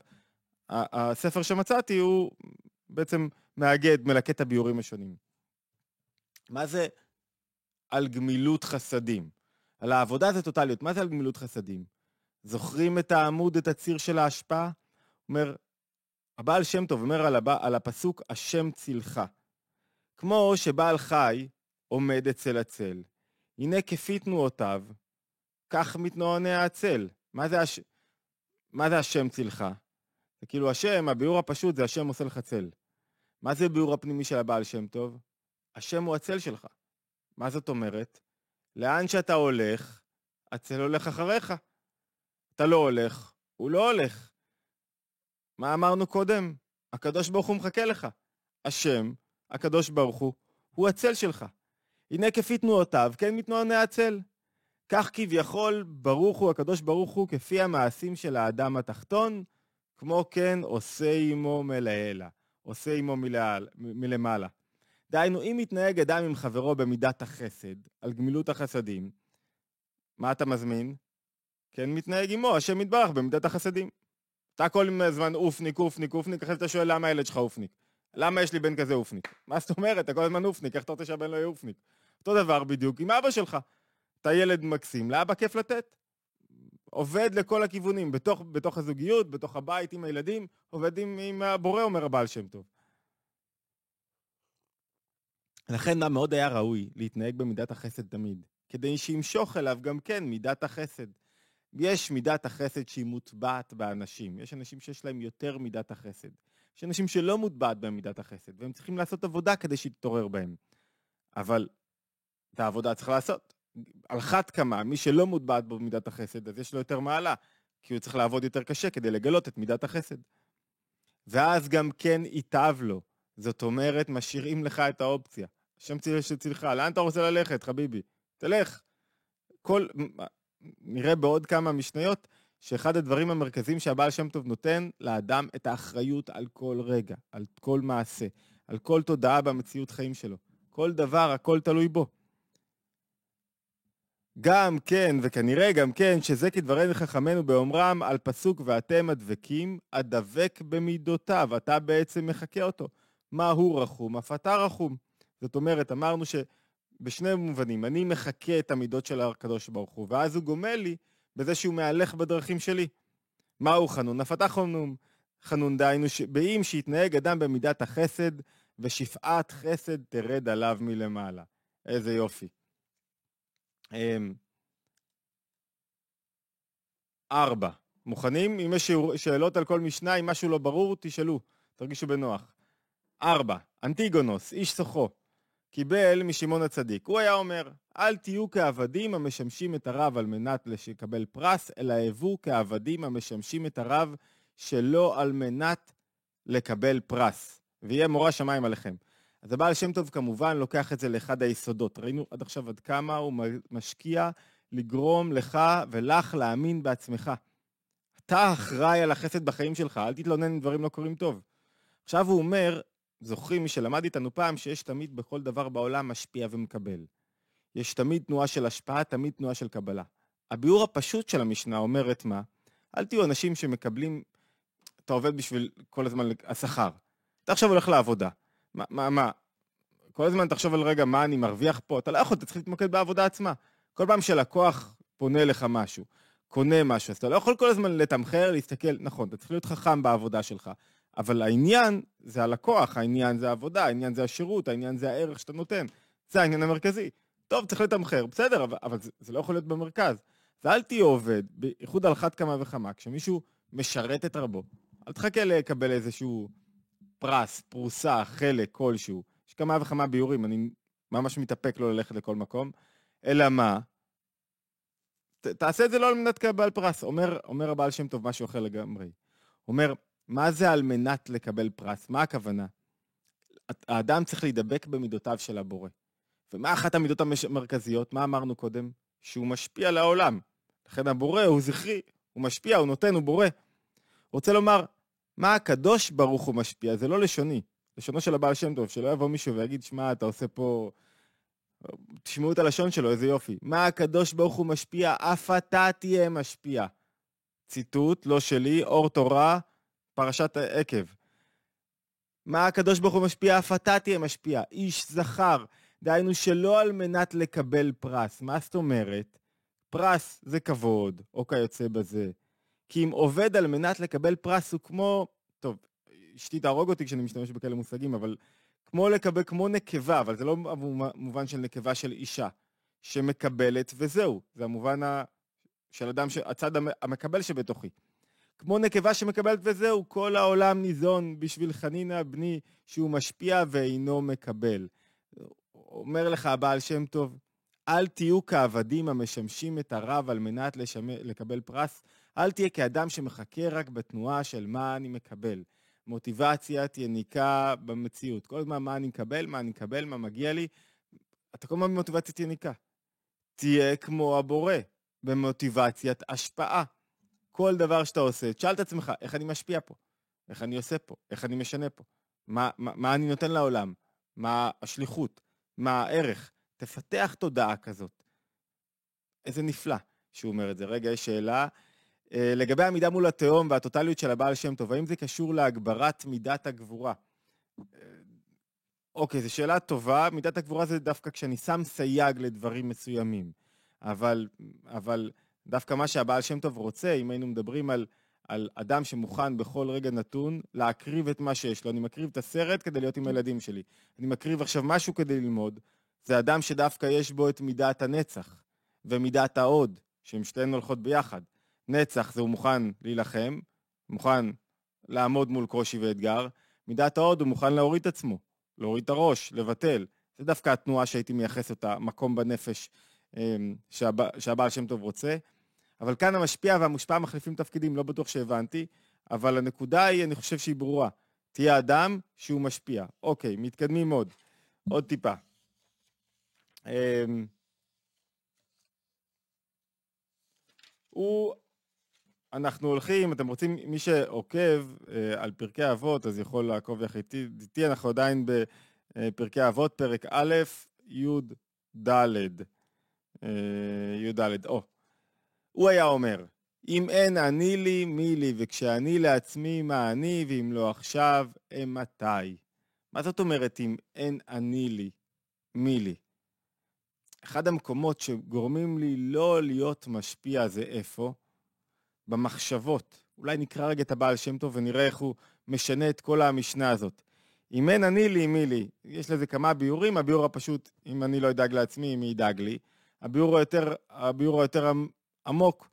הספר שמצאתי הוא בעצם מאגד, מלקט את הביורים השונים. מה זה על גמילות חסדים? על העבודה זה טוטליות. מה זה על גמילות חסדים? זוכרים את העמוד, את הציר של ההשפעה? אומר, הבעל שם טוב אומר על הפסוק, השם צילך. כמו שבעל חי עומד אצל הצל. הנה כפי תנועותיו, כך מתנועע הצל. מה זה השם צילך? זה כאילו השם, הביאור הפשוט זה השם עושה לך צל. מה זה הביאור הפנימי של הבעל שם טוב? השם הוא הצל שלך. מה זאת אומרת? לאן שאתה הולך, הצל הולך אחריך. אתה לא הולך, הוא לא הולך. מה אמרנו קודם? הקדוש ברוך הוא מחכה לך. השם, הקדוש ברוך הוא הצל שלך. הנה כפי תנועותיו, כן מתנועע הצל. כך כביכול ברוך הוא, הקדוש ברוך הוא, כפי המעשים של האדם התחתון, כמו כן עושה עמו מלעילה, עושה עמו מלמעלה. דהיינו, אם מתנהג אדם עם חברו במידת החסד, על גמילות החסדים, מה אתה מזמין? כן מתנהג עמו, השם יתברך במידת החסדים. אתה כל הזמן אופניק, אחרי אתה שואל למה הילד שלך אופניק? למה יש לי בן כזה אופניק? מה זאת אומרת? אתה כל הזמן אופניק, איך אתה רוצה שהבן לא יהיה אופניק? אותו דבר בדיוק עם אבא שלך. אתה ילד מקסים, לאבא כיף לתת. עובד לכל הכיוונים, בתוך הזוגיות, בתוך הבית עם הילדים, עובד עם הבורא, אומר הבעל שם טוב. לכן מה מאוד היה ראוי להתנהג במידת החסד תמיד, כדי שימשוך אליו גם כן מידת החסד. יש מידת החסד שהיא מוטבעת באנשים, יש אנשים שיש להם יותר מידת החסד, יש אנשים שלא מוטבעת בהם מידת החסד, והם צריכים לעשות עבודה כדי שיתעורר בהם. אבל את העבודה צריך לעשות. על חד כמה, מי שלא מוטבעת בו מידת החסד, אז יש לו יותר מעלה, כי הוא צריך לעבוד יותר קשה כדי לגלות את מידת החסד. ואז גם כן ייטב לו, זאת אומרת, משאירים לך את האופציה. השם שצילך, לאן אתה רוצה ללכת, חביבי? תלך. נראה בעוד כמה משניות, שאחד הדברים המרכזיים שהבעל שם טוב נותן לאדם את האחריות על כל רגע, על כל מעשה, על כל תודעה במציאות חיים שלו. כל דבר, הכל תלוי בו. גם כן, וכנראה גם כן, שזה כדברי חכמינו באומרם על פסוק ואתם הדבקים, הדבק במידותיו, אתה בעצם מחכה אותו. מה הוא רחום? אף אתה רחום. זאת אומרת, אמרנו שבשני מובנים, אני מחכה את המידות של הקדוש ברוך הוא, ואז הוא גומל לי בזה שהוא מהלך בדרכים שלי. מה הוא חנון? אף אתה חנון דהיינו, באם שיתנהג אדם במידת החסד, ושפעת חסד תרד עליו מלמעלה. איזה יופי. 4. מוכנים? אם יש שאלות על כל משנה, אם משהו לא ברור, תשאלו, תרגישו בנוח. 4. אנטיגונוס, איש סוחו, קיבל משמעון הצדיק. הוא היה אומר, אל תהיו כעבדים המשמשים את הרב על מנת לקבל פרס, אלא הבו כעבדים המשמשים את הרב שלא על מנת לקבל פרס, ויהיה מורא שמיים עליכם. אז הבעל שם טוב כמובן לוקח את זה לאחד היסודות. ראינו עד עכשיו עד כמה הוא משקיע לגרום לך ולך להאמין בעצמך. אתה אחראי על החסד בחיים שלך, אל תתלונן אם דברים לא קורים טוב. עכשיו הוא אומר, זוכרים מי שלמד איתנו פעם, שיש תמיד בכל דבר בעולם משפיע ומקבל. יש תמיד תנועה של השפעה, תמיד תנועה של קבלה. הביאור הפשוט של המשנה אומרת מה? אל תהיו אנשים שמקבלים, אתה עובד בשביל כל הזמן השכר. אתה עכשיו הולך לעבודה. מה? כל הזמן תחשוב על רגע מה אני מרוויח פה, אתה לא יכול, אתה צריך להתמקד בעבודה עצמה. כל פעם שלקוח פונה לך משהו, קונה משהו, אז אתה לא יכול כל הזמן לתמחר, להסתכל, נכון, אתה צריך להיות חכם בעבודה שלך, אבל העניין זה הלקוח, העניין זה העבודה, העניין זה השירות, העניין זה הערך שאתה נותן, זה העניין המרכזי. טוב, צריך לתמחר, בסדר, אבל זה לא יכול להיות במרכז. ואל תהיה עובד, בייחוד על אחת כמה וכמה, כשמישהו משרת את רבו, אל תחכה לקבל איזשהו פרס, פרוסה, חלק, כלשהו. יש כמה וכמה ביורים, אני ממש מתאפק לא ללכת לכל מקום, אלא מה? תעשה את זה לא על מנת לקבל פרס. אומר הבעל שם טוב משהו אחר לגמרי. אומר, מה זה על מנת לקבל פרס? מה הכוונה? האדם צריך להידבק במידותיו של הבורא. ומה אחת המידות המרכזיות? מה אמרנו קודם? שהוא משפיע על העולם. לכן הבורא הוא זכרי, הוא משפיע, הוא נותן, הוא בורא. רוצה לומר, מה הקדוש ברוך הוא משפיע? זה לא לשוני. לשונו של הבעל שם טוב, שלא יבוא מישהו ויגיד, שמע, אתה עושה פה... תשמעו את הלשון שלו, איזה יופי. מה הקדוש ברוך הוא משפיע? אף אתה תהיה משפיע. ציטוט, לא שלי, אור תורה, פרשת עקב. מה הקדוש ברוך הוא משפיע? אף אתה תהיה משפיע. איש זכר. דהיינו שלא על מנת לקבל פרס. מה זאת אומרת? פרס זה כבוד, או כיוצא בזה. כי אם עובד על מנת לקבל פרס הוא כמו... טוב, אשתי תהרוג אותי כשאני משתמש בכאלה מושגים, אבל... כמו נקבה, אבל זה לא מובן של נקבה של אישה, שמקבלת וזהו. זה המובן של אדם, הצד המקבל שבתוכי. כמו נקבה שמקבלת וזהו, כל העולם ניזון בשביל חנינה בני שהוא משפיע ואינו מקבל. אומר לך הבעל שם טוב, אל תהיו כעבדים המשמשים את הרב על מנת לקבל פרס, אל תהיה כאדם שמחכה רק בתנועה של מה אני מקבל. מוטיבציית יניקה במציאות. כל הזמן מה אני מקבל, מה מגיע לי. אתה כל הזמן במוטיבציית יניקה. תהיה כמו הבורא, במוטיבציית השפעה. כל דבר שאתה עושה, תשאל את עצמך, איך אני משפיע פה? איך אני עושה פה? איך אני משנה פה? מה אני נותן לעולם? מה השליחות? מה הערך? תפתח תודעה כזאת. איזה נפלא שהוא אומר את זה. רגע, יש שאלה. לגבי העמידה מול התהום והטוטליות של הבעל שם טוב, האם זה קשור להגברת מידת הגבורה? אוקיי, זו שאלה טובה. מידת הגבורה זה דווקא כשאני שם סייג לדברים מסוימים. אבל דווקא מה שהבעל שם טוב רוצה, אם היינו מדברים על אדם שמוכן בכל רגע נתון להקריב את מה שיש לו, אני מקריב את הסרט כדי להיות עם הילדים שלי. אני מקריב עכשיו משהו כדי ללמוד. זה אדם שדווקא יש בו את מידת הנצח ומידת העוד, שהן שתיהן הולכות ביחד. נצח זה הוא מוכן להילחם, מוכן לעמוד מול קושי ואתגר. מידת העוד הוא מוכן להוריד את עצמו, להוריד את הראש, לבטל. זה דווקא התנועה שהייתי מייחס אותה, מקום בנפש שהבעל שם טוב רוצה. אבל כאן המשפיע והמושפע מחליפים תפקידים, לא בטוח שהבנתי, אבל הנקודה היא, אני חושב שהיא ברורה. תהיה אדם שהוא משפיע. אוקיי, מתקדמים עוד טיפה. אנחנו הולכים, אתם רוצים, מי שעוקב על פרקי אבות, אז יכול לעקוב יחד איתי, אנחנו עדיין בפרקי אבות, פרק א', י' ד'. הוא היה אומר, אם אין אני לי, מי לי, וכשאני לעצמי, מה אני, ואם לא עכשיו, מתי. מה זאת אומרת אם אין אני לי, מי לי? אחד המקומות שגורמים לי לא להיות משפיע זה איפה? במחשבות. אולי נקרא רגע את הבעל שם טוב ונראה איך הוא משנה את כל המשנה הזאת. אם אין אני לי, מי לי? יש לזה כמה ביורים, הביור הפשוט, אם אני לא אדאג לעצמי, מי ידאג לי. הביאור היותר עמוק,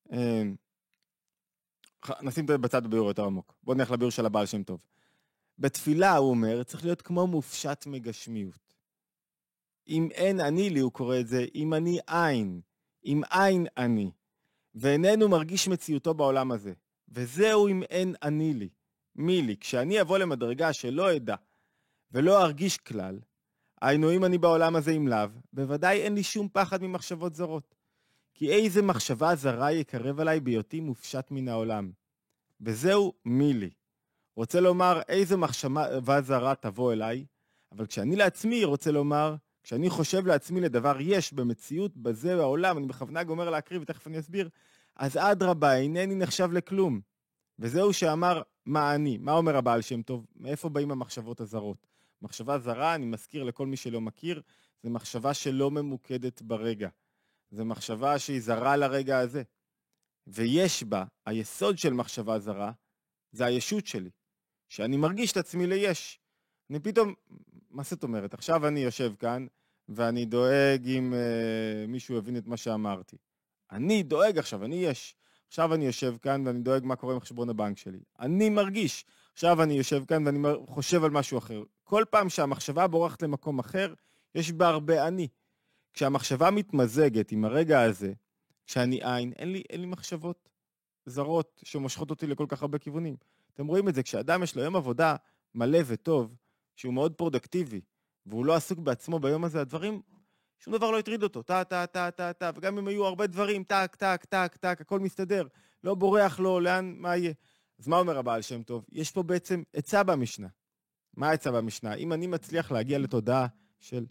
נשים בצד הביאור יותר עמוק. בואו נלך לביאור של הבעל שם טוב. בתפילה, הוא אומר, צריך להיות כמו מופשט מגשמיות. אם אין אני לי, הוא קורא את זה, אם אני אין, אם אין אני, ואיננו מרגיש מציאותו בעולם הזה. וזהו אם אין אני לי. מי לי? כשאני אבוא למדרגה שלא אדע ולא ארגיש כלל, היינו אם אני בעולם הזה עם לאו, בוודאי אין לי שום פחד ממחשבות זרות. כי איזה מחשבה זרה יקרב עליי בהיותי מופשט מן העולם. וזהו מי לי. רוצה לומר איזה מחשבה זרה תבוא אליי, אבל כשאני לעצמי רוצה לומר, כשאני חושב לעצמי לדבר יש במציאות בזה העולם, אני בכוונה גומר להקריב ותכף אני אסביר, אז אדרבה, אינני נחשב לכלום. וזהו שאמר מה אני. מה אומר הבעל שם טוב? מאיפה באים המחשבות הזרות? מחשבה זרה, אני מזכיר לכל מי שלא מכיר, זה מחשבה שלא ממוקדת ברגע. זה מחשבה שהיא זרה לרגע הזה. ויש בה, היסוד של מחשבה זרה, זה הישות שלי. שאני מרגיש את עצמי ליש. אני פתאום, מה זאת אומרת? עכשיו אני יושב כאן, ואני דואג אם מישהו הבין את מה שאמרתי. אני דואג עכשיו, אני יש. עכשיו אני יושב כאן ואני דואג מה קורה עם חשבון הבנק שלי. אני מרגיש. עכשיו אני יושב כאן ואני חושב על משהו אחר. כל פעם שהמחשבה בורחת למקום אחר, יש בה הרבה אני. כשהמחשבה מתמזגת עם הרגע הזה, כשאני אין, אין לי מחשבות זרות שמושכות אותי לכל כך הרבה כיוונים. אתם רואים את זה, כשאדם יש לו יום עבודה מלא וטוב, שהוא מאוד פרודקטיבי, והוא לא עסוק בעצמו ביום הזה, הדברים, שום דבר לא יטריד אותו, טה, וגם אם היו הרבה דברים, טק, הכל מסתדר, לא בורח לו, לאן, מה יהיה? אז מה אומר הבעל שם טוב? יש פה בעצם עצה במשנה. מה העצה במשנה? אם אני מצליח להגיע לתודעה של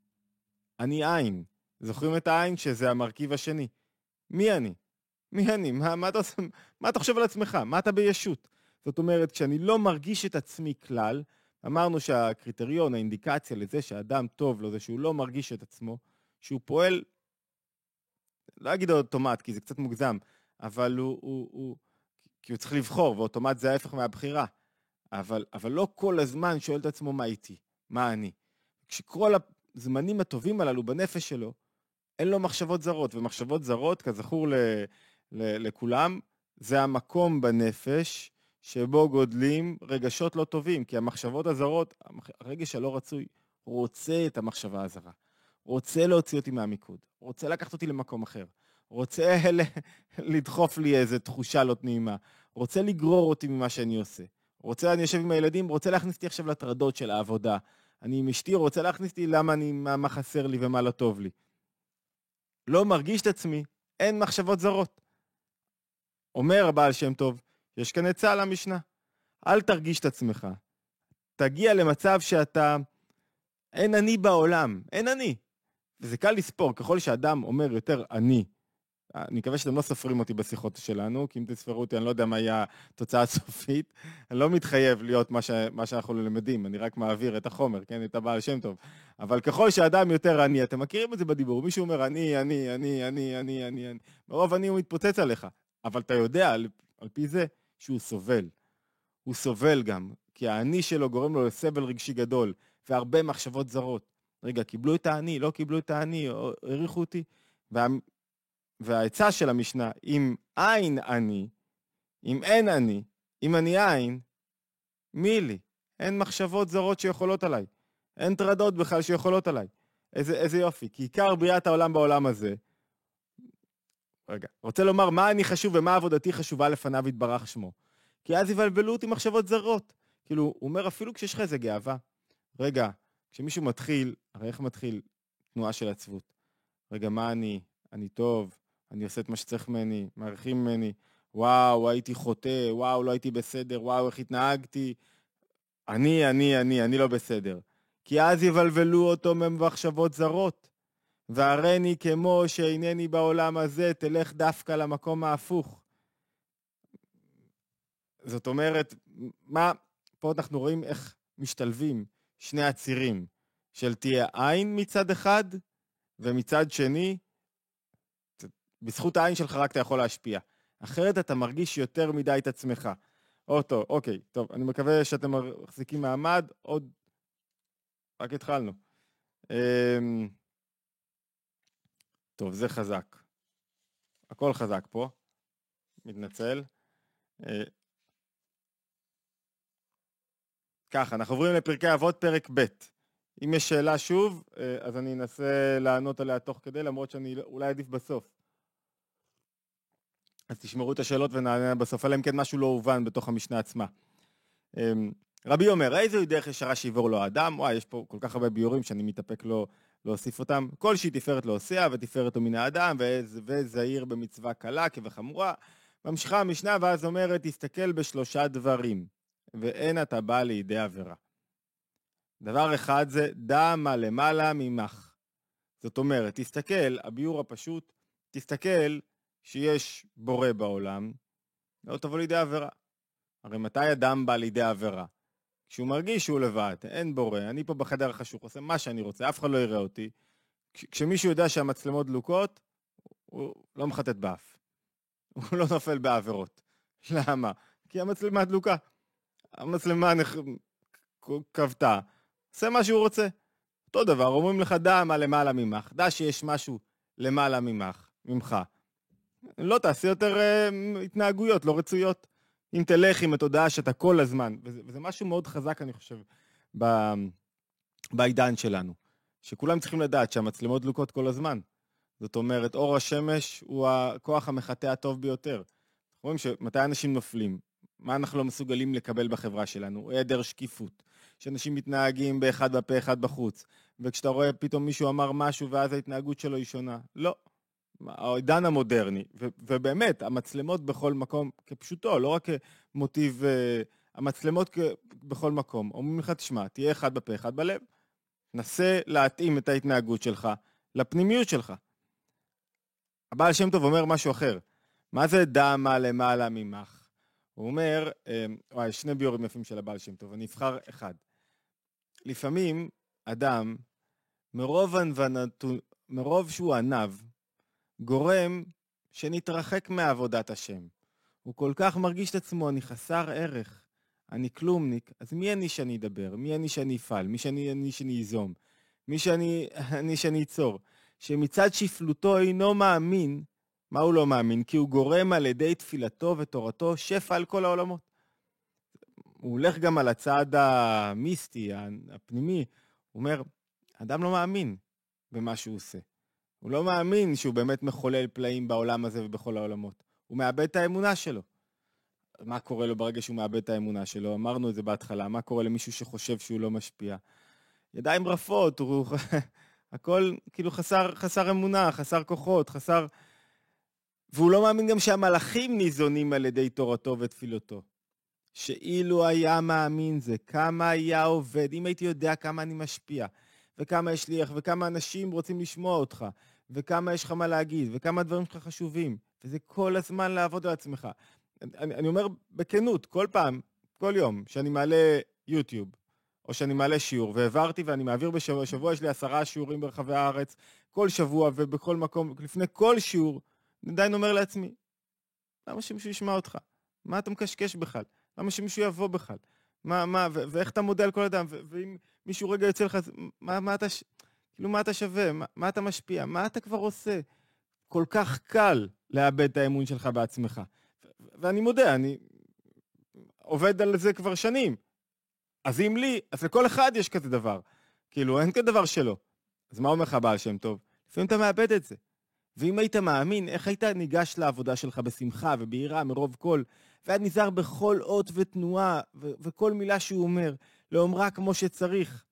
אני אין, זוכרים את העין שזה המרכיב השני. מי אני? מי אני? מה אתה חושב על עצמך? מה אתה בישות? זאת אומרת, כשאני לא מרגיש את עצמי כלל, אמרנו שהקריטריון, האינדיקציה לזה שהאדם טוב לו, זה שהוא לא מרגיש את עצמו, שהוא פועל, לא אגיד אוטומט, כי זה קצת מוגזם, אבל כי הוא צריך לבחור, ואוטומט זה ההפך מהבחירה. אבל לא כל הזמן שואל את עצמו מה איתי, מה אני. כשכל הזמנים הטובים הללו בנפש שלו, אין לו מחשבות זרות, ומחשבות זרות, כזכור לכולם, זה המקום בנפש שבו גודלים רגשות לא טובים, כי המחשבות הזרות, הרגש הלא רצוי, רוצה את המחשבה הזרה, רוצה להוציא אותי מהמיקוד, רוצה לקחת אותי למקום אחר, רוצה לדחוף לי איזו תחושה לא נעימה, רוצה לגרור אותי ממה שאני עושה, אני יושב עם הילדים, רוצה להכניס אותי עכשיו לטרדות של העבודה, אני עם אשתי, רוצה להכניס אותי מה חסר לי ומה לא טוב לי. לא מרגיש את עצמי, אין מחשבות זרות. אומר הבעל שם טוב, יש כאן עצה על המשנה. אל תרגיש את עצמך. תגיע למצב שאתה, אין אני בעולם, אין אני. וזה קל לספור, ככל שאדם אומר יותר אני. אני מקווה שאתם לא סופרים אותי בשיחות שלנו, כי אם תספרו אותי, אני לא יודע מה היה התוצאה הסופית. אני לא מתחייב להיות מה שאנחנו למדים, אני רק מעביר את החומר, כן? את הבעל שם טוב. אבל ככל שאדם יותר אני, אתם מכירים את זה בדיבור, מישהו אומר אני. ברוב אני הוא מתפוצץ עליך. אבל אתה יודע, על פי זה, שהוא סובל. הוא סובל גם, כי האני שלו גורם לו לסבל רגשי גדול, והרבה מחשבות זרות. רגע, קיבלו את האני, לא קיבלו את האני, העריכו אותי. והעצה של המשנה, אם אין אני, אם אין אני, אם אני אין, מי לי? אין מחשבות זרות שיכולות עליי. אין טרדות בכלל שיכולות עליי. איזה יופי. כי עיקר בריאת העולם בעולם הזה, רגע, רוצה לומר מה אני חשוב ומה עבודתי חשובה לפניו יתברך שמו. כי אז יבלבלו אותי מחשבות זרות. כאילו, הוא אומר אפילו כשיש לך איזה גאווה. רגע, כשמישהו מתחיל, הרי איך מתחיל תנועה של עצבות? רגע, מה אני טוב, אני עושה את מה שצריך ממני, מעריכים ממני, וואו, הייתי חוטא, וואו, לא הייתי בסדר, וואו, איך התנהגתי. אני לא בסדר. כי אז יבלבלו אותו ממחשבות זרות. והרני כמו שאינני בעולם הזה, תלך דווקא למקום ההפוך. זאת אומרת, פה אנחנו רואים איך משתלבים שני הצירים, של תהיה עין מצד אחד, ומצד שני, בזכות העין שלך רק אתה יכול להשפיע. אחרת אתה מרגיש יותר מדי את עצמך. אוקיי, טוב, אני מקווה שאתם מחזיקים מעמד, עוד, רק התחלנו. טוב, זה חזק. הכל חזק פה. מתנצל. ככה, אנחנו עוברים לפרקי אבות פרק ב'. אם יש שאלה שוב, אז אני אנסה לענות עליה תוך כדי, למרות שאני אולי עדיף בסוף. אז תשמרו את השאלות ונענה בסוף, אלא אם כן משהו לא הובן בתוך המשנה עצמה. רבי אומר, איזוהי דרך ישרה שיבור לו האדם? וואי, יש פה כל כך הרבה ביורים שאני מתאפק לא להוסיף אותם. כל שהיא תפארת לא עושה, ותפארת הוא מן האדם, וזהיר במצווה קלה כבחמורה. ממשיכה המשנה, ואז אומרת, תסתכל בשלושה דברים, ואין אתה בא לידי עבירה. דבר אחד זה, דע מה למעלה ממך. זאת אומרת, תסתכל, הביור הפשוט, תסתכל שיש בורא בעולם, לא תבוא לידי עבירה. הרי מתי אדם בא לידי עבירה? כשהוא מרגיש שהוא לבד, אין בורא, אני פה בחדר החשוך, עושה מה שאני רוצה, אף אחד לא יראה אותי. כשמישהו יודע שהמצלמות דלוקות, הוא לא מחטט באף. הוא לא נופל בעבירות. למה? כי המצלמה דלוקה. המצלמה כבתה. עושה מה שהוא רוצה. אותו דבר, אומרים לך, דע מה למעלה ממך. דע שיש משהו למעלה ממך. לא תעשה יותר התנהגויות לא רצויות. אם תלך עם התודעה שאתה כל הזמן, וזה משהו מאוד חזק, אני חושב, בעידן שלנו, שכולם צריכים לדעת שהמצלמות דלוקות כל הזמן. זאת אומרת, אור השמש הוא הכוח המחטא הטוב ביותר. אנחנו רואים שמתי אנשים נופלים, מה אנחנו לא מסוגלים לקבל בחברה שלנו? היעדר שקיפות, שאנשים מתנהגים באחד בפה, אחד בחוץ, וכשאתה רואה פתאום מישהו אמר משהו ואז ההתנהגות שלו היא שונה. לא. העידן המודרני, ובאמת, המצלמות בכל מקום כפשוטו, לא רק מוטיב, המצלמות בכל מקום. אומרים לך, תשמע, תהיה אחד בפה, אחד בלב. נסה להתאים את ההתנהגות שלך לפנימיות שלך. הבעל שם טוב אומר משהו אחר. מה זה דע מה למעלה ממך? הוא אומר, יש שני ביורים יפים של הבעל שם טוב, אני אבחר אחד. לפעמים אדם, מרוב שהוא ענב, גורם שנתרחק מעבודת השם. הוא כל כך מרגיש את עצמו, אני חסר ערך, אני כלומניק, אז מי אני שאני אדבר? מי אני שאני אפעל? מי אני שאני ייזום? מי אני שאני ייצור? שמצד שפלותו אינו מאמין, מה הוא לא מאמין? כי הוא גורם על ידי תפילתו ותורתו שפע על כל העולמות. הוא הולך גם על הצד המיסטי, הפנימי, הוא אומר, אדם לא מאמין במה שהוא עושה. הוא לא מאמין שהוא באמת מחולל פלאים בעולם הזה ובכל העולמות. הוא מאבד את האמונה שלו. מה קורה לו ברגע שהוא מאבד את האמונה שלו? אמרנו את זה בהתחלה. מה קורה למישהו שחושב שהוא לא משפיע? ידיים רפות, הכל כאילו חסר אמונה, חסר כוחות, והוא לא מאמין גם שהמלאכים ניזונים על ידי תורתו ותפילותו. שאילו היה מאמין זה, כמה היה עובד, אם הייתי יודע כמה אני משפיע, וכמה יש לי, וכמה אנשים רוצים לשמוע אותך, וכמה יש לך מה להגיד, וכמה דברים שלך חשובים, וזה כל הזמן לעבוד על עצמך. אני אומר בכנות, כל פעם, כל יום, שאני מעלה יוטיוב, או שאני מעלה שיעור, והעברתי ואני מעביר בשבוע, יש לי 10 שיעורים ברחבי הארץ, כל שבוע ובכל מקום, לפני כל שיעור, אני עדיין אומר לעצמי, למה שמישהו ישמע אותך? מה אתה מקשקש בכלל? למה שמישהו יבוא בכלל? ואיך אתה מודע על כל אדם? ואם מישהו רגע יוצא לך, מה אתה שווה? מה אתה משפיע? מה אתה כבר עושה? כל כך קל לאבד את האמון שלך בעצמך. ואני מודה, אני עובד על זה כבר שנים. אז אם לי, אז לכל אחד יש כזה דבר. כאילו, אין כזה דבר שלו. אז מה אומר לך בעל שם טוב? לפעמים אתה מאבד את זה. ואם היית מאמין, איך היית ניגש לעבודה שלך בשמחה וביראה מרוב כל, והיה נזהר בכל אות ותנועה, וכל מילה שהוא אומר, לאומרה כמו שצריך.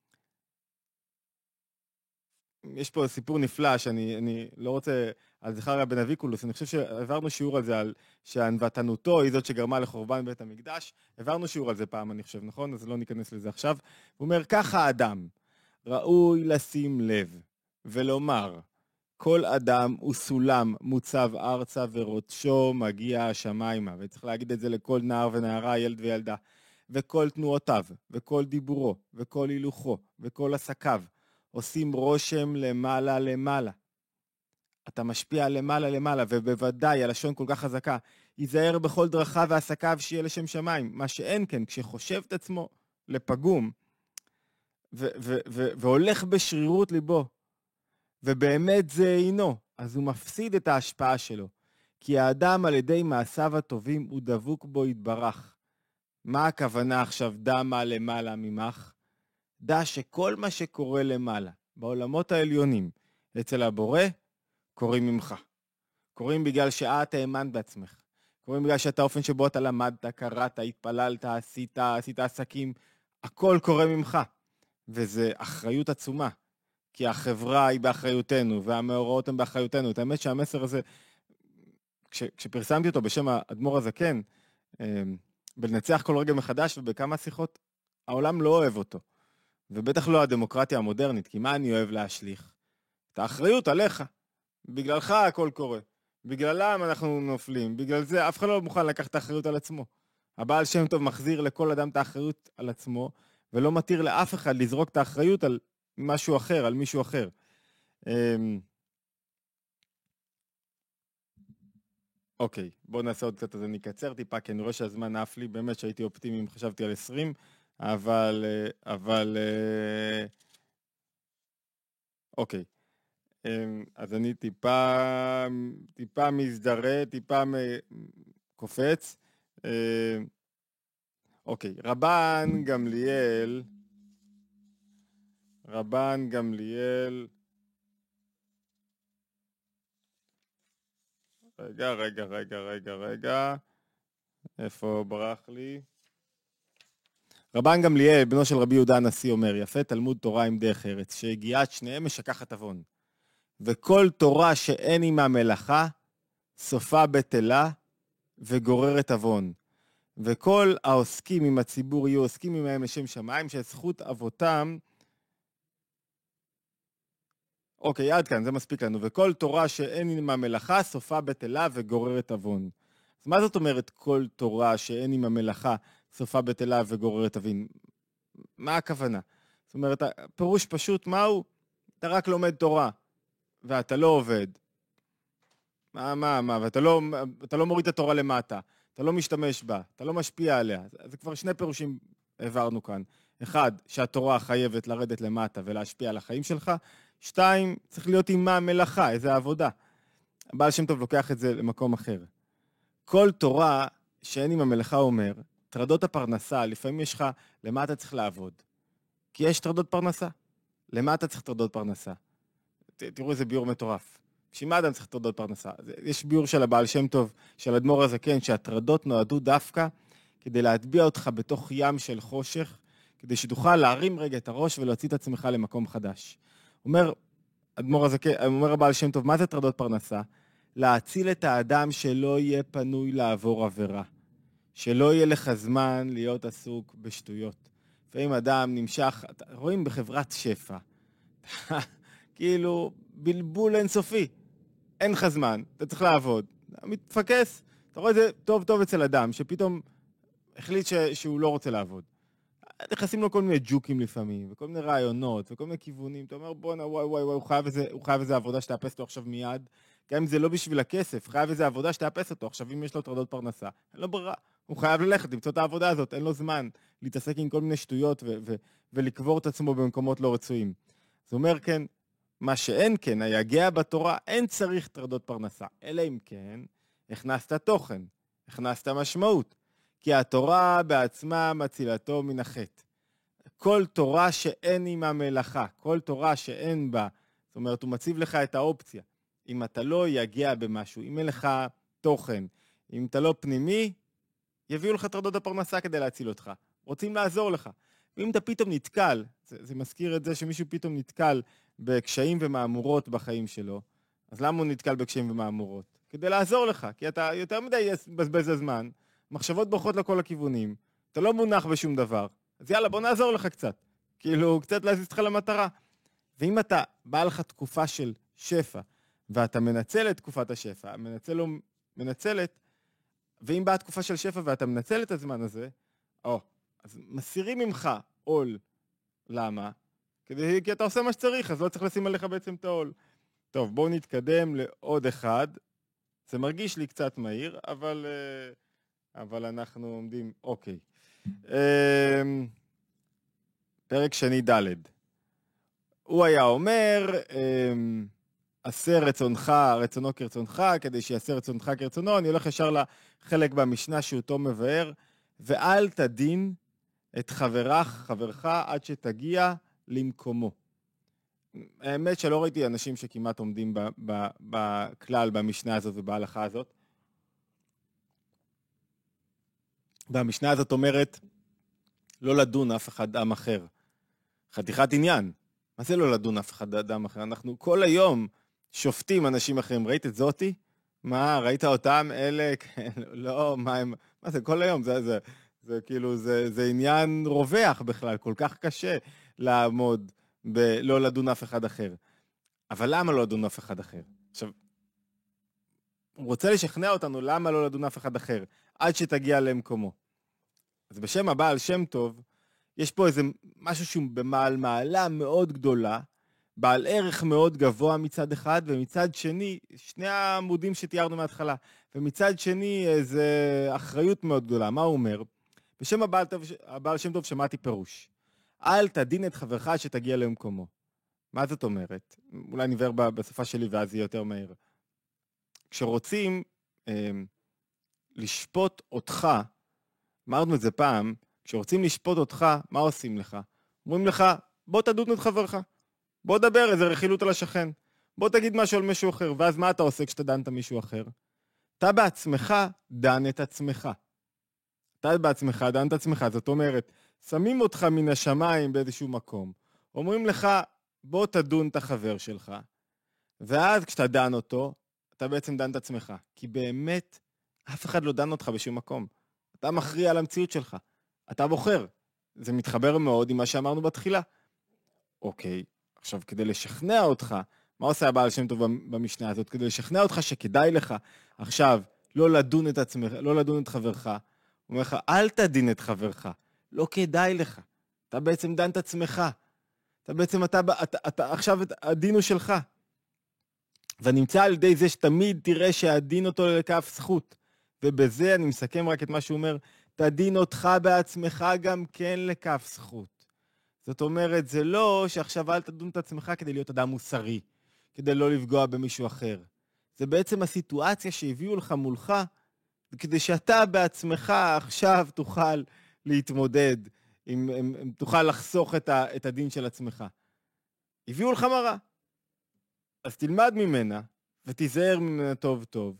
יש פה סיפור נפלא שאני לא רוצה, על זכריה בן אביקולוס, אני חושב שעברנו שיעור על זה, על שענוותנותו היא זאת שגרמה לחורבן בית המקדש, עברנו שיעור על זה פעם, אני חושב, נכון? אז לא ניכנס לזה עכשיו. הוא אומר, ככה האדם, ראוי לשים לב ולומר, כל אדם הוא סולם מוצב ארצה וראשו מגיע השמיימה, וצריך להגיד את זה לכל נער ונערה, ילד וילדה, וכל תנועותיו, וכל דיבורו, וכל הילוכו, וכל עסקיו, עושים רושם למעלה למעלה. אתה משפיע למעלה למעלה, ובוודאי הלשון כל כך חזקה, ייזהר בכל דרכיו ועסקיו שיהיה לשם שמיים, מה שאין כן, כשחושב את עצמו לפגום, והולך בשרירות ליבו, ובאמת זה אינו, אז הוא מפסיד את ההשפעה שלו. כי האדם על ידי מעשיו הטובים הוא דבוק בו יתברך. מה הכוונה עכשיו דע מה למעלה ממך? דע שכל מה שקורה למעלה, בעולמות העליונים, אצל הבורא, קוראים ממך. קוראים בגלל שאת האמנת בעצמך. קוראים בגלל שאתה האופן שבו אתה למדת, קראת, התפללת, עשית עסקים, הכל קורה ממך. וזה אחריות עצומה. כי החברה היא באחריותנו, והמאורעות הם באחריותנו. את האמת שהמסר הזה, כשפרסמתי אותו בשם האדמו"ר הזקן, בלנצח כל רגע מחדש ובכמה שיחות, העולם לא אוהב אותו. ובטח לא הדמוקרטיה המודרנית, כי מה אני אוהב להשליך? את האחריות עליך. בגללך הכל קורה. בגללם אנחנו נופלים. בגלל זה אף אחד לא מוכן לקחת את האחריות על עצמו. הבעל שם טוב מחזיר לכל אדם את האחריות על עצמו, ולא מתיר לאף אחד לזרוק את האחריות על משהו אחר, על מישהו אחר. אוקיי, בואו נעשה עוד קצת, אז אני אקצר טיפה, כי אני רואה שהזמן עף לי, באמת שהייתי אופטימי אם חשבתי על 20, אבל אוקיי. אז אני טיפה מזדרה, טיפה קופץ. אוקיי, רבן גמליאל, רגע, איפה ברח לי? רבן גמליאל, בנו של רבי יהודה הנשיא, אומר, יפה תלמוד תורה עם דרך ארץ, שהגיעת שניהם משכחת עוון. וכל תורה שאין עמה מלאכה, סופה בטלה וגוררת עוון. וכל העוסקים עם הציבור יהיו עוסקים עמהם לשם שמיים, שזכות אבותם... אוקיי, עד כאן, זה מספיק לנו. וכל תורה שאין עמה מלאכה, סופה בטלה וגוררת עוון. אז מה זאת אומרת כל תורה שאין עמה מלאכה, סופה בטלה וגוררת עוון? מה הכוונה? זאת אומרת, פירוש פשוט, מהו? אתה רק לומד תורה, ואתה לא עובד. ואתה לא מוריד את התורה למטה, אתה לא משתמש בה, אתה לא משפיע עליה. זה כבר שני פירושים העברנו כאן. אחד, שהתורה חייבת לרדת למטה ולהשפיע על החיים שלך. שתיים, צריך להיות עם מה מלאכה, איזה עבודה. הבעל שם טוב לוקח את זה למקום אחר. כל תורה שאין עם המלאכה אומר, טרדות הפרנסה, לפעמים יש לך, למה אתה צריך לעבוד? כי יש טרדות פרנסה. למה אתה צריך טרדות פרנסה? תראו איזה ביור מטורף. בשביל מה אדם צריך טרדות פרנסה? יש ביור של הבעל שם טוב, של אדמו"ר הזקן, שהטרדות נועדו דווקא כדי להטביע אותך בתוך ים של חושך, כדי שתוכל להרים רגע את הראש ולהוציא את עצמך למקום חדש. אומר אדמו"ר הזקן, אומר הבעל שם טוב, מה זה טרדות פרנסה? להציל את האדם שלא יהיה פנוי לעבור עבירה. שלא יהיה לך זמן להיות עסוק בשטויות. לפעמים אדם נמשך, רואים בחברת שפע, כאילו בלבול אינסופי, אין לך זמן, אתה צריך לעבוד, אתה מתפקס, אתה רואה את זה טוב אצל אדם, שפתאום החליט שהוא לא רוצה לעבוד. נכנסים לו כל מיני ג'וקים לפעמים, וכל מיני רעיונות, וכל מיני כיוונים, אתה אומר בואנה וואי, הוא חייב איזה עבודה שתאפס אותו עכשיו מיד, גם אם זה לא בשביל הכסף, חייב איזה עבודה שתאפס אותו, עכשיו אם יש לו טרדות פרנסה, אין לו ברירה, הוא חייב ללכת, למצוא את העבודה הזאת, אין לו זמן להתעסק עם כל מיני שטויות ולקבור את עצמו במקומות לא רצויים. זאת אומרת, כן, מה שאין כן, היגע בתורה, אין צריך טרדות פרנסה, אלא אם כן, הכנסת תוכן, הכנסת משמעות, כי התורה בעצמה מצילתו מן החטא. כל תורה שאין עמה מלאכה, כל תורה שאין בה, זאת אומרת, הוא מציב לך את האופציה. אם אתה לא יגיע במשהו, אם אין לך תוכן, אם אתה לא פנימי, יביאו לך טרדות הפרנסה כדי להציל אותך. רוצים לעזור לך. ואם אתה פתאום נתקל, זה מזכיר את זה שמישהו פתאום נתקל בקשיים ומאמורות בחיים שלו, אז למה הוא נתקל בקשיים ומאמורות? כדי לעזור לך, כי אתה יותר מדי בזבז הזמן, מחשבות בורחות לכל הכיוונים, אתה לא מונח בשום דבר, אז יאללה, בוא נעזור לך קצת. כאילו, קצת להזיז אותך למטרה. ואם אתה בא לך תקופה של שפע, ואתה מנצל את תקופת השפע, מנצל או מנצלת, ואם באה תקופה של שפע ואתה מנצל את הזמן הזה, אז מסירים ממך עול. למה? כי אתה עושה מה שצריך, אז לא צריך לשים עליך בעצם את העול. טוב, בואו נתקדם לעוד אחד. זה מרגיש לי קצת מהיר, אבל אנחנו עומדים, אוקיי. פרק שני ד'. הוא היה אומר, עשה רצונו כרצונך, כדי שיעשה רצונך כרצונו. אני הולך ישר לחלק במשנה שאותו מבאר, ואל תדין את חברך עד שתגיע למקומו. האמת שלא ראיתי אנשים שכמעט עומדים בכלל, במשנה הזאת ובהלכה הזאת. והמשנה הזאת אומרת, לא לדון אף אחד אדם אחר. חתיכת עניין. מה זה לא לדון אף אחד אדם אחר? אנחנו כל היום שופטים אנשים אחרים. ראית את זאתי? מה, ראית אותם? אלה, כן, לא, מה הם... מה זה, כל היום? זה כאילו, זה עניין רווח בכלל, כל כך קשה לעמוד בלא לדון אף אחד אחר. אבל למה לא לדון אף אחד אחר? עכשיו, הוא רוצה לשכנע אותנו למה לא לדון אף אחד אחר, עד שתגיע למקומו. אז בשם הבעל שם טוב, יש פה איזה משהו שהוא במעלה מאוד גדולה, בעל ערך מאוד גבוה מצד אחד, ומצד שני, שני העמודים שתיארנו מההתחלה, ומצד שני איזו אחריות מאוד גדולה. מה הוא אומר? בשם הבעל שם טוב שמעתי פירוש. אל תדין את חברך שתגיע למקומו. מה זאת אומרת? אולי נעבר בשפה שלי ואז יהיה יותר מהיר. כשרוצים לשפוט אותך, אמרנו את זה פעם, כשרוצים לשפוט אותך, מה עושים לך? אומרים לך, בוא תדון את חברך. בוא דבר איזה רכילות על השכן. בוא תגיד משהו על מישהו אחר. ואז מה אתה עושה כשאתה דנת מישהו אחר? אתה בעצמך דן את עצמך. אתה בעצמך דן את עצמך. זאת אומרת, שמים אותך מן השמיים באיזשהו מקום. אומרים לך, בוא תדון את החבר שלך. ואז כשאתה דן אותו, אתה בעצם דן את עצמך. כי באמת, אף אחד לא דן אותך בשום מקום. אתה מכריע על המציאות שלך. אתה בוחר. זה מתחבר מאוד עם מה שאמרנו בתחילה. אוקיי, עכשיו כדי לשכנע אותך, מה עושה הבעל שם טוב במשנה הזאת? כדי לשכנע אותך שכדאי לך עכשיו לא לדון את עצמך, לא לדון את חברך. הוא אומר לך, אל תדין את חברך. לא כדאי לך. אתה בעצם דן את עצמך. אתה בעצם, אתה עכשיו הדין הוא שלך. ונמצא על ידי זה שתמיד תראה שהדין אותו לכף זכות. ובזה אני מסכם רק את מה שהוא אומר, תדין אותך בעצמך גם כן לכף זכות. זאת אומרת, זה לא שעכשיו אל תדון את עצמך כדי להיות אדם מוסרי, כדי לא לפגוע במישהו אחר. זה בעצם הסיטואציה שהביאו לך מולך, כדי שאתה בעצמך עכשיו תוכל להתמודד, אם תוכל לחסוך את הדין של עצמך. הביאו לך מראה. אז תלמד ממנה, ותיזהר ממנה טוב טוב.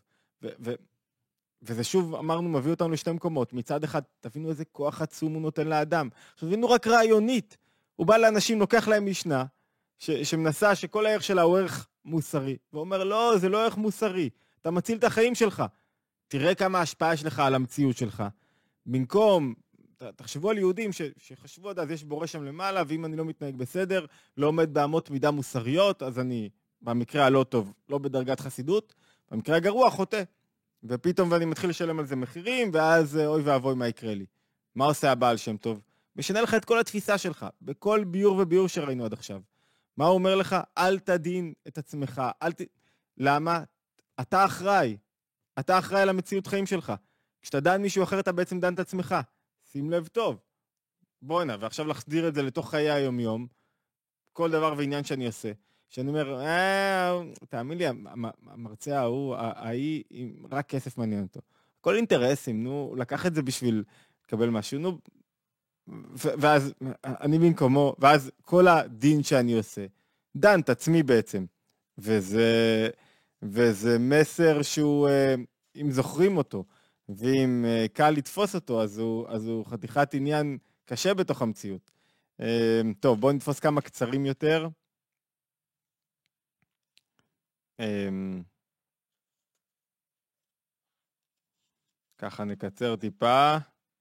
וזה שוב, אמרנו, מביא אותנו לשתי מקומות. מצד אחד, תבינו איזה כוח עצום הוא נותן לאדם. עכשיו, תבינו רק רעיונית. הוא בא לאנשים, לוקח להם משנה, שמנסה שכל הערך שלה הוא ערך מוסרי. ואומר, לא, זה לא ערך מוסרי. אתה מציל את החיים שלך. תראה כמה השפעה יש לך על המציאות שלך. במקום, תחשבו על יהודים שחשבו עד אז יש בורא שם למעלה, ואם אני לא מתנהג בסדר, לא עומד באמות מידה מוסריות, אז אני, במקרה הלא טוב, לא בדרגת חסידות, במקרה הגרוע חוטא. ופתאום ואני מתחיל לשלם על זה מחירים, ואז אוי ואבוי מה יקרה לי. מה עושה הבעל שם טוב? משנה לך את כל התפיסה שלך, בכל ביור וביור שראינו עד עכשיו. מה הוא אומר לך? אל תדין את עצמך. למה? אתה אחראי. אתה אחראי על המציאות חיים שלך. כשאתה דן מישהו אחר, אתה בעצם דן את עצמך. שים לב טוב. בוא הנה, ועכשיו לחדיר את זה לתוך חיי היום-יום, כל דבר ועניין שאני עושה. שאני אומר, תאמין לי, המרצה ההוא, רק כסף מעניין אותו. כל אינטרסים, נו, לקח את זה בשביל לקבל משהו, נו, ואז אני במקומו, ואז כל הדין שאני עושה, דן את עצמי בעצם. וזה מסר שהוא, אם זוכרים אותו, ואם קל לתפוס אותו, אז הוא חתיכת עניין קשה בתוך המציאות. טוב, בואו נתפוס כמה קצרים יותר. ככה נקצר טיפה.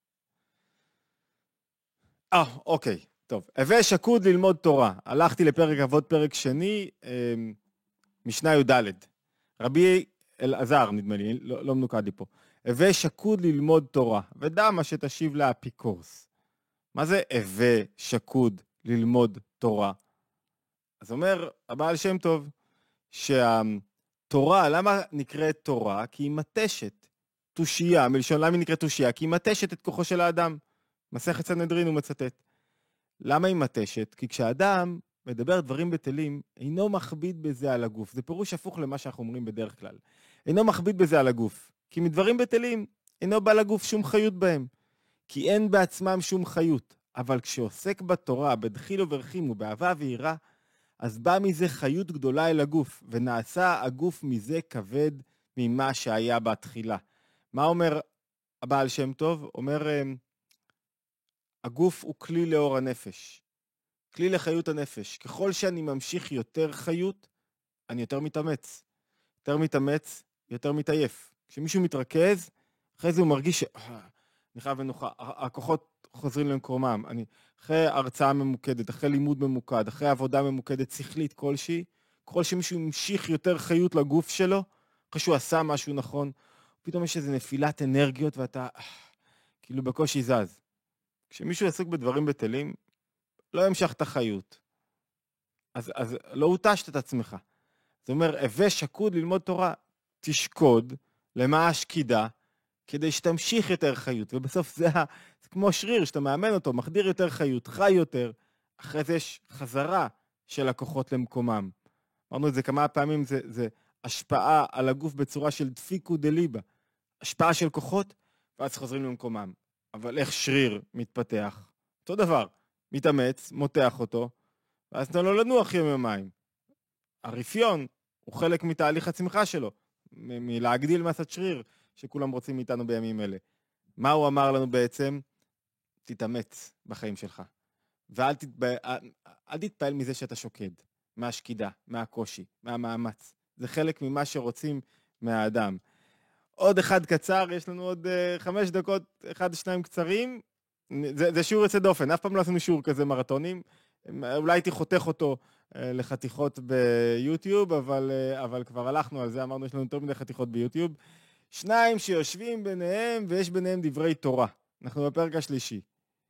אוקיי, טוב. הווה שקוד ללמוד תורה. הלכתי לפרק אבות פרק שני, משנה י"ד. רבי אלעזר, נדמה לי, לא מנוקד לי פה. הווה שקוד ללמוד תורה, ודע מה שתשיב לאפיקורס. מה זה הווה שקוד ללמוד תורה? אז אומר הבעל שם טוב, שהתורה, למה נקראת תורה? כי היא מתשת, תושייה, מלשון למה היא נקראת תושייה? כי היא מתשת את כוחו של האדם. מסכת סנהדרין הוא מצטט. למה היא מתשת? כי כשאדם מדבר דברים בטלים, אינו מכביד בזה על הגוף. זה פירוש הפוך למה שאנחנו אומרים בדרך כלל. אינו מכביד בזה על הגוף. כי מדברים בטלים, אינו בא לגוף שום חיות בהם. כי אין בעצמם שום חיות. אבל כשעוסק בתורה, בדחיל וברכים ובאהבה ויראה, אז בא מזה חיות גדולה אל הגוף, ונעשה הגוף מזה כבד ממה שהיה בתחילה. מה אומר הבעל שם טוב? אומר, הגוף הוא כלי לאור הנפש. כלי לחיות הנפש. ככל שאני ממשיך יותר חיות, אני יותר מתאמץ. יותר מתאמץ, יותר מתעייף. כשמישהו מתרכז, אחרי זה הוא מרגיש אני חייב מנוחה. הכוחות חוזרים למקומם. אחרי הרצאה ממוקדת, אחרי לימוד ממוקד, אחרי עבודה ממוקדת שכלית כלשהי, ככל שמישהו המשיך יותר חיות לגוף שלו, אחרי שהוא עשה משהו נכון, פתאום יש איזו נפילת אנרגיות ואתה כאילו בקושי זז. כשמישהו יעסוק בדברים בטלים, לא ימשך את החיות. אז לא הותשת את עצמך. זאת אומרת, הווה שקוד ללמוד תורה, תשקוד למה השקידה, כדי שתמשיך יותר חיות, ובסוף זה כמו שריר, שאתה מאמן אותו, מחדיר יותר חיות, חי יותר, אחרי זה יש חזרה של הכוחות למקומם. אמרנו את זה כמה פעמים, זה השפעה על הגוף בצורה של דפיקו דליבה, השפעה של כוחות, ואז חוזרים למקומם. אבל איך שריר מתפתח? אותו דבר, מתאמץ, מותח אותו, ואז נתן לו לנוח יום-יומיים. הרפיון הוא חלק מתהליך הצמחה שלו, מלהגדיל מסת שריר שכולם רוצים מאיתנו בימים אלה. מה הוא אמר לנו בעצם? תתאמץ בחיים שלך. ואל תתפעל מזה שאתה שוקד, מהשקידה, מהקושי, מהמאמץ. זה חלק ממה שרוצים מהאדם. עוד אחד קצר, יש לנו עוד 5 דקות, 1-2 קצרים. זה שיעור יוצא דופן, אף פעם לא עשינו שיעור כזה מרתונים. אולי הייתי חותך אותו לחתיכות ביוטיוב, אבל כבר הלכנו על זה, אמרנו יש לנו יותר מדי חתיכות ביוטיוב. 2 שיושבים ביניהם ויש ביניהם דברי תורה. אנחנו בפרק השלישי.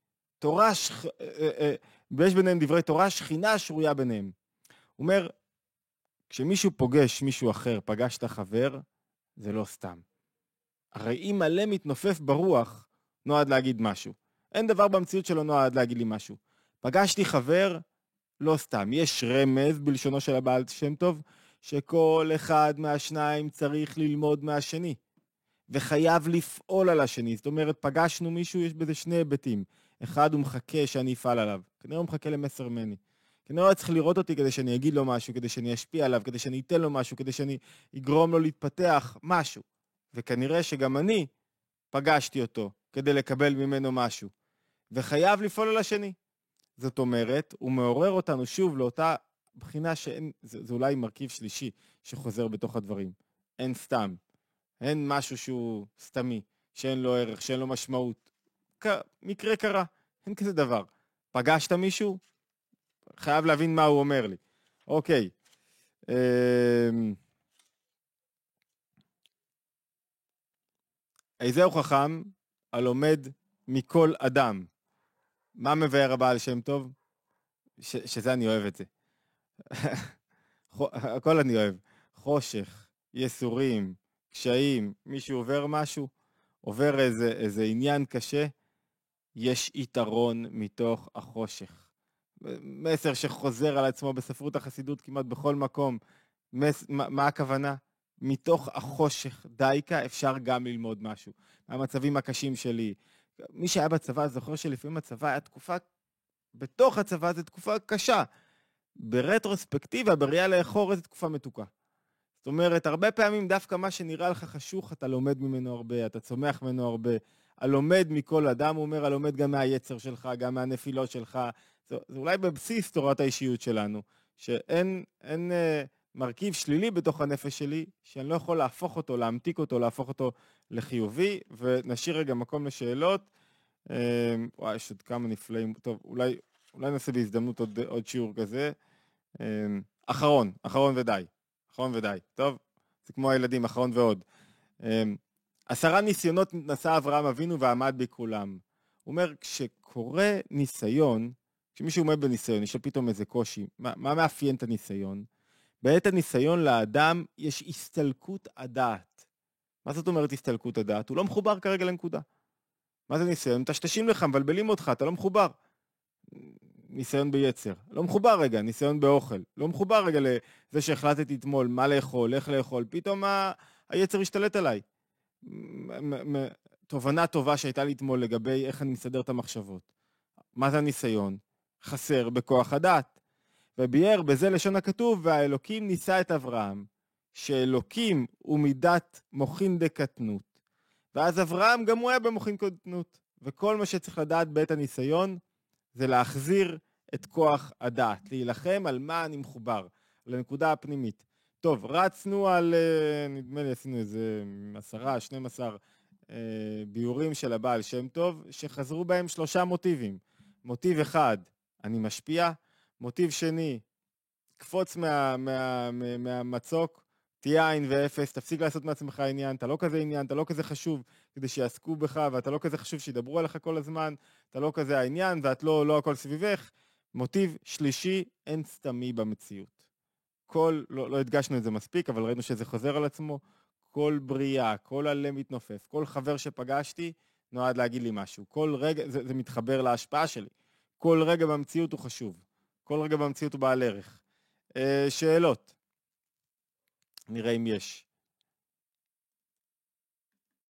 ויש ביניהם דברי תורה, שכינה שרויה ביניהם. הוא אומר, כשמישהו פוגש מישהו אחר, פגשת חבר, זה לא סתם. הרי אם מלא מתנופף ברוח, נועד להגיד משהו. אין דבר במציאות שלו נועד להגיד לי משהו. פגשתי חבר, לא סתם. יש רמז בלשונו של הבעל שם טוב, שכל אחד מהשניים צריך ללמוד מהשני, וחייב לפעול על השני. זאת אומרת, פגשנו מישהו, יש בזה 2 היבטים. אחד, הוא מחכה שאני אפעל עליו. כנראה הוא מחכה למסר ממני. כנראה הוא צריך לראות אותי כדי שאני אגיד לו משהו, כדי שאני אשפיע עליו, כדי שאני אתן לו משהו, כדי שאני אגרום לו להתפתח משהו. וכנראה שגם אני פגשתי אותו כדי לקבל ממנו משהו. וחייב לפעול על השני. זאת אומרת, הוא מעורר אותנו שוב לאותה בחינה שאין, זה אולי מרכיב שלישי שחוזר בתוך הדברים. אין סתם. אין משהו שהוא סתמי, שאין לו ערך, שאין לו משמעות. מקרה קרה, אין כזה דבר. פגשת מישהו? חייב להבין מה הוא אומר לי. אוקיי. איזהו חכם הלומד מכל אדם. מה מבאר הבעל שם טוב? שזה אני אוהב את זה. הכל אני אוהב. חושך, יסורים, קשיים, מישהו עובר משהו, עובר איזה עניין קשה, יש יתרון מתוך החושך. מסר שחוזר על עצמו בספרות החסידות כמעט בכל מקום. מה הכוונה? מתוך החושך דייקה אפשר גם ללמוד משהו. מהמצבים הקשים שלי. מי שהיה בצבא זוכר שלפעמים הצבא היה תקופה, בתוך הצבא זו תקופה קשה. ברטרוספקטיבה, בראייה לאחור, זו תקופה מתוקה. זאת אומרת, הרבה פעמים דווקא מה שנראה לך חשוך, אתה לומד ממנו הרבה, אתה צומח ממנו הרבה. הלומד מכל אדם, הוא אומר, הלומד גם מהיצר שלך, גם מהנפילות שלך. זה אולי בבסיס תורת האישיות שלנו, שאין מרכיב שלילי בתוך הנפש שלי, שאני לא יכול להפוך אותו, להמתיק אותו, להפוך אותו לחיובי, ונשאיר רגע מקום לשאלות. וואי, יש עוד כמה נפלאים. טוב, אולי נעשה בהזדמנות עוד שיעור כזה. אחרון ודי. אחרון ודי. טוב? זה כמו הילדים, אחרון ועוד. 10 ניסיונות נשא אברהם אבינו ועמד בכולם. הוא אומר, כשקורה ניסיון, כשמישהו עומד בניסיון, יש פתאום איזה קושי, מה מאפיין את הניסיון? בעת הניסיון לאדם יש הסתלקות הדעת. מה זאת אומרת הסתלקות הדעת? הוא לא מחובר כרגע לנקודה. מה זה ניסיון? מטשטשים לך, מבלבלים אותך, אתה לא מחובר. ניסיון ביצר. לא מחובר רגע, ניסיון באוכל. לא מחובר רגע לזה שהחלטתי אתמול מה לאכול, איך לאכול. פתאום היצר השתלט עליי. תובנה טובה שהייתה לי אתמול לגבי איך אני מסדר את המחשבות. מה זה הניסיון? חסר בכוח הדעת. וביאר בזה לשון הכתוב, והאלוקים ניסה את אברהם, שאלוקים הוא מידת מוחין דקטנות. ואז אברהם גם הוא היה במוחין קטנות. וכל מה שצריך לדעת בעת הניסיון, זה להחזיר את כוח הדעת, להילחם על מה אני מחובר, לנקודה הפנימית. טוב, רצנו על, נדמה לי עשינו איזה 10-12 ביורים של הבעל שם טוב, שחזרו בהם 3 מוטיבים. מוטיב אחד, אני משפיע. מוטיב שני, קפוץ מהמצוק, תהיה עין ואפס, תפסיק לעשות מעצמך עניין, אתה לא כזה עניין, אתה לא כזה חשוב כדי שיעסקו בך, ואתה לא כזה חשוב שידברו עליך כל הזמן, אתה לא כזה העניין, ואת לא הכל סביבך. מוטיב שלישי, אין סתמי במציאות. לא הדגשנו את זה מספיק, אבל ראינו שזה חוזר על עצמו. כל בריאה, כל עלה מתנופף, כל חבר שפגשתי נועד להגיד לי משהו. כל רגע, זה מתחבר להשפעה שלי. כל רגע במציאות הוא חשוב. כל רגע במציאות הוא בעל ערך. שאלות. נראה אם יש.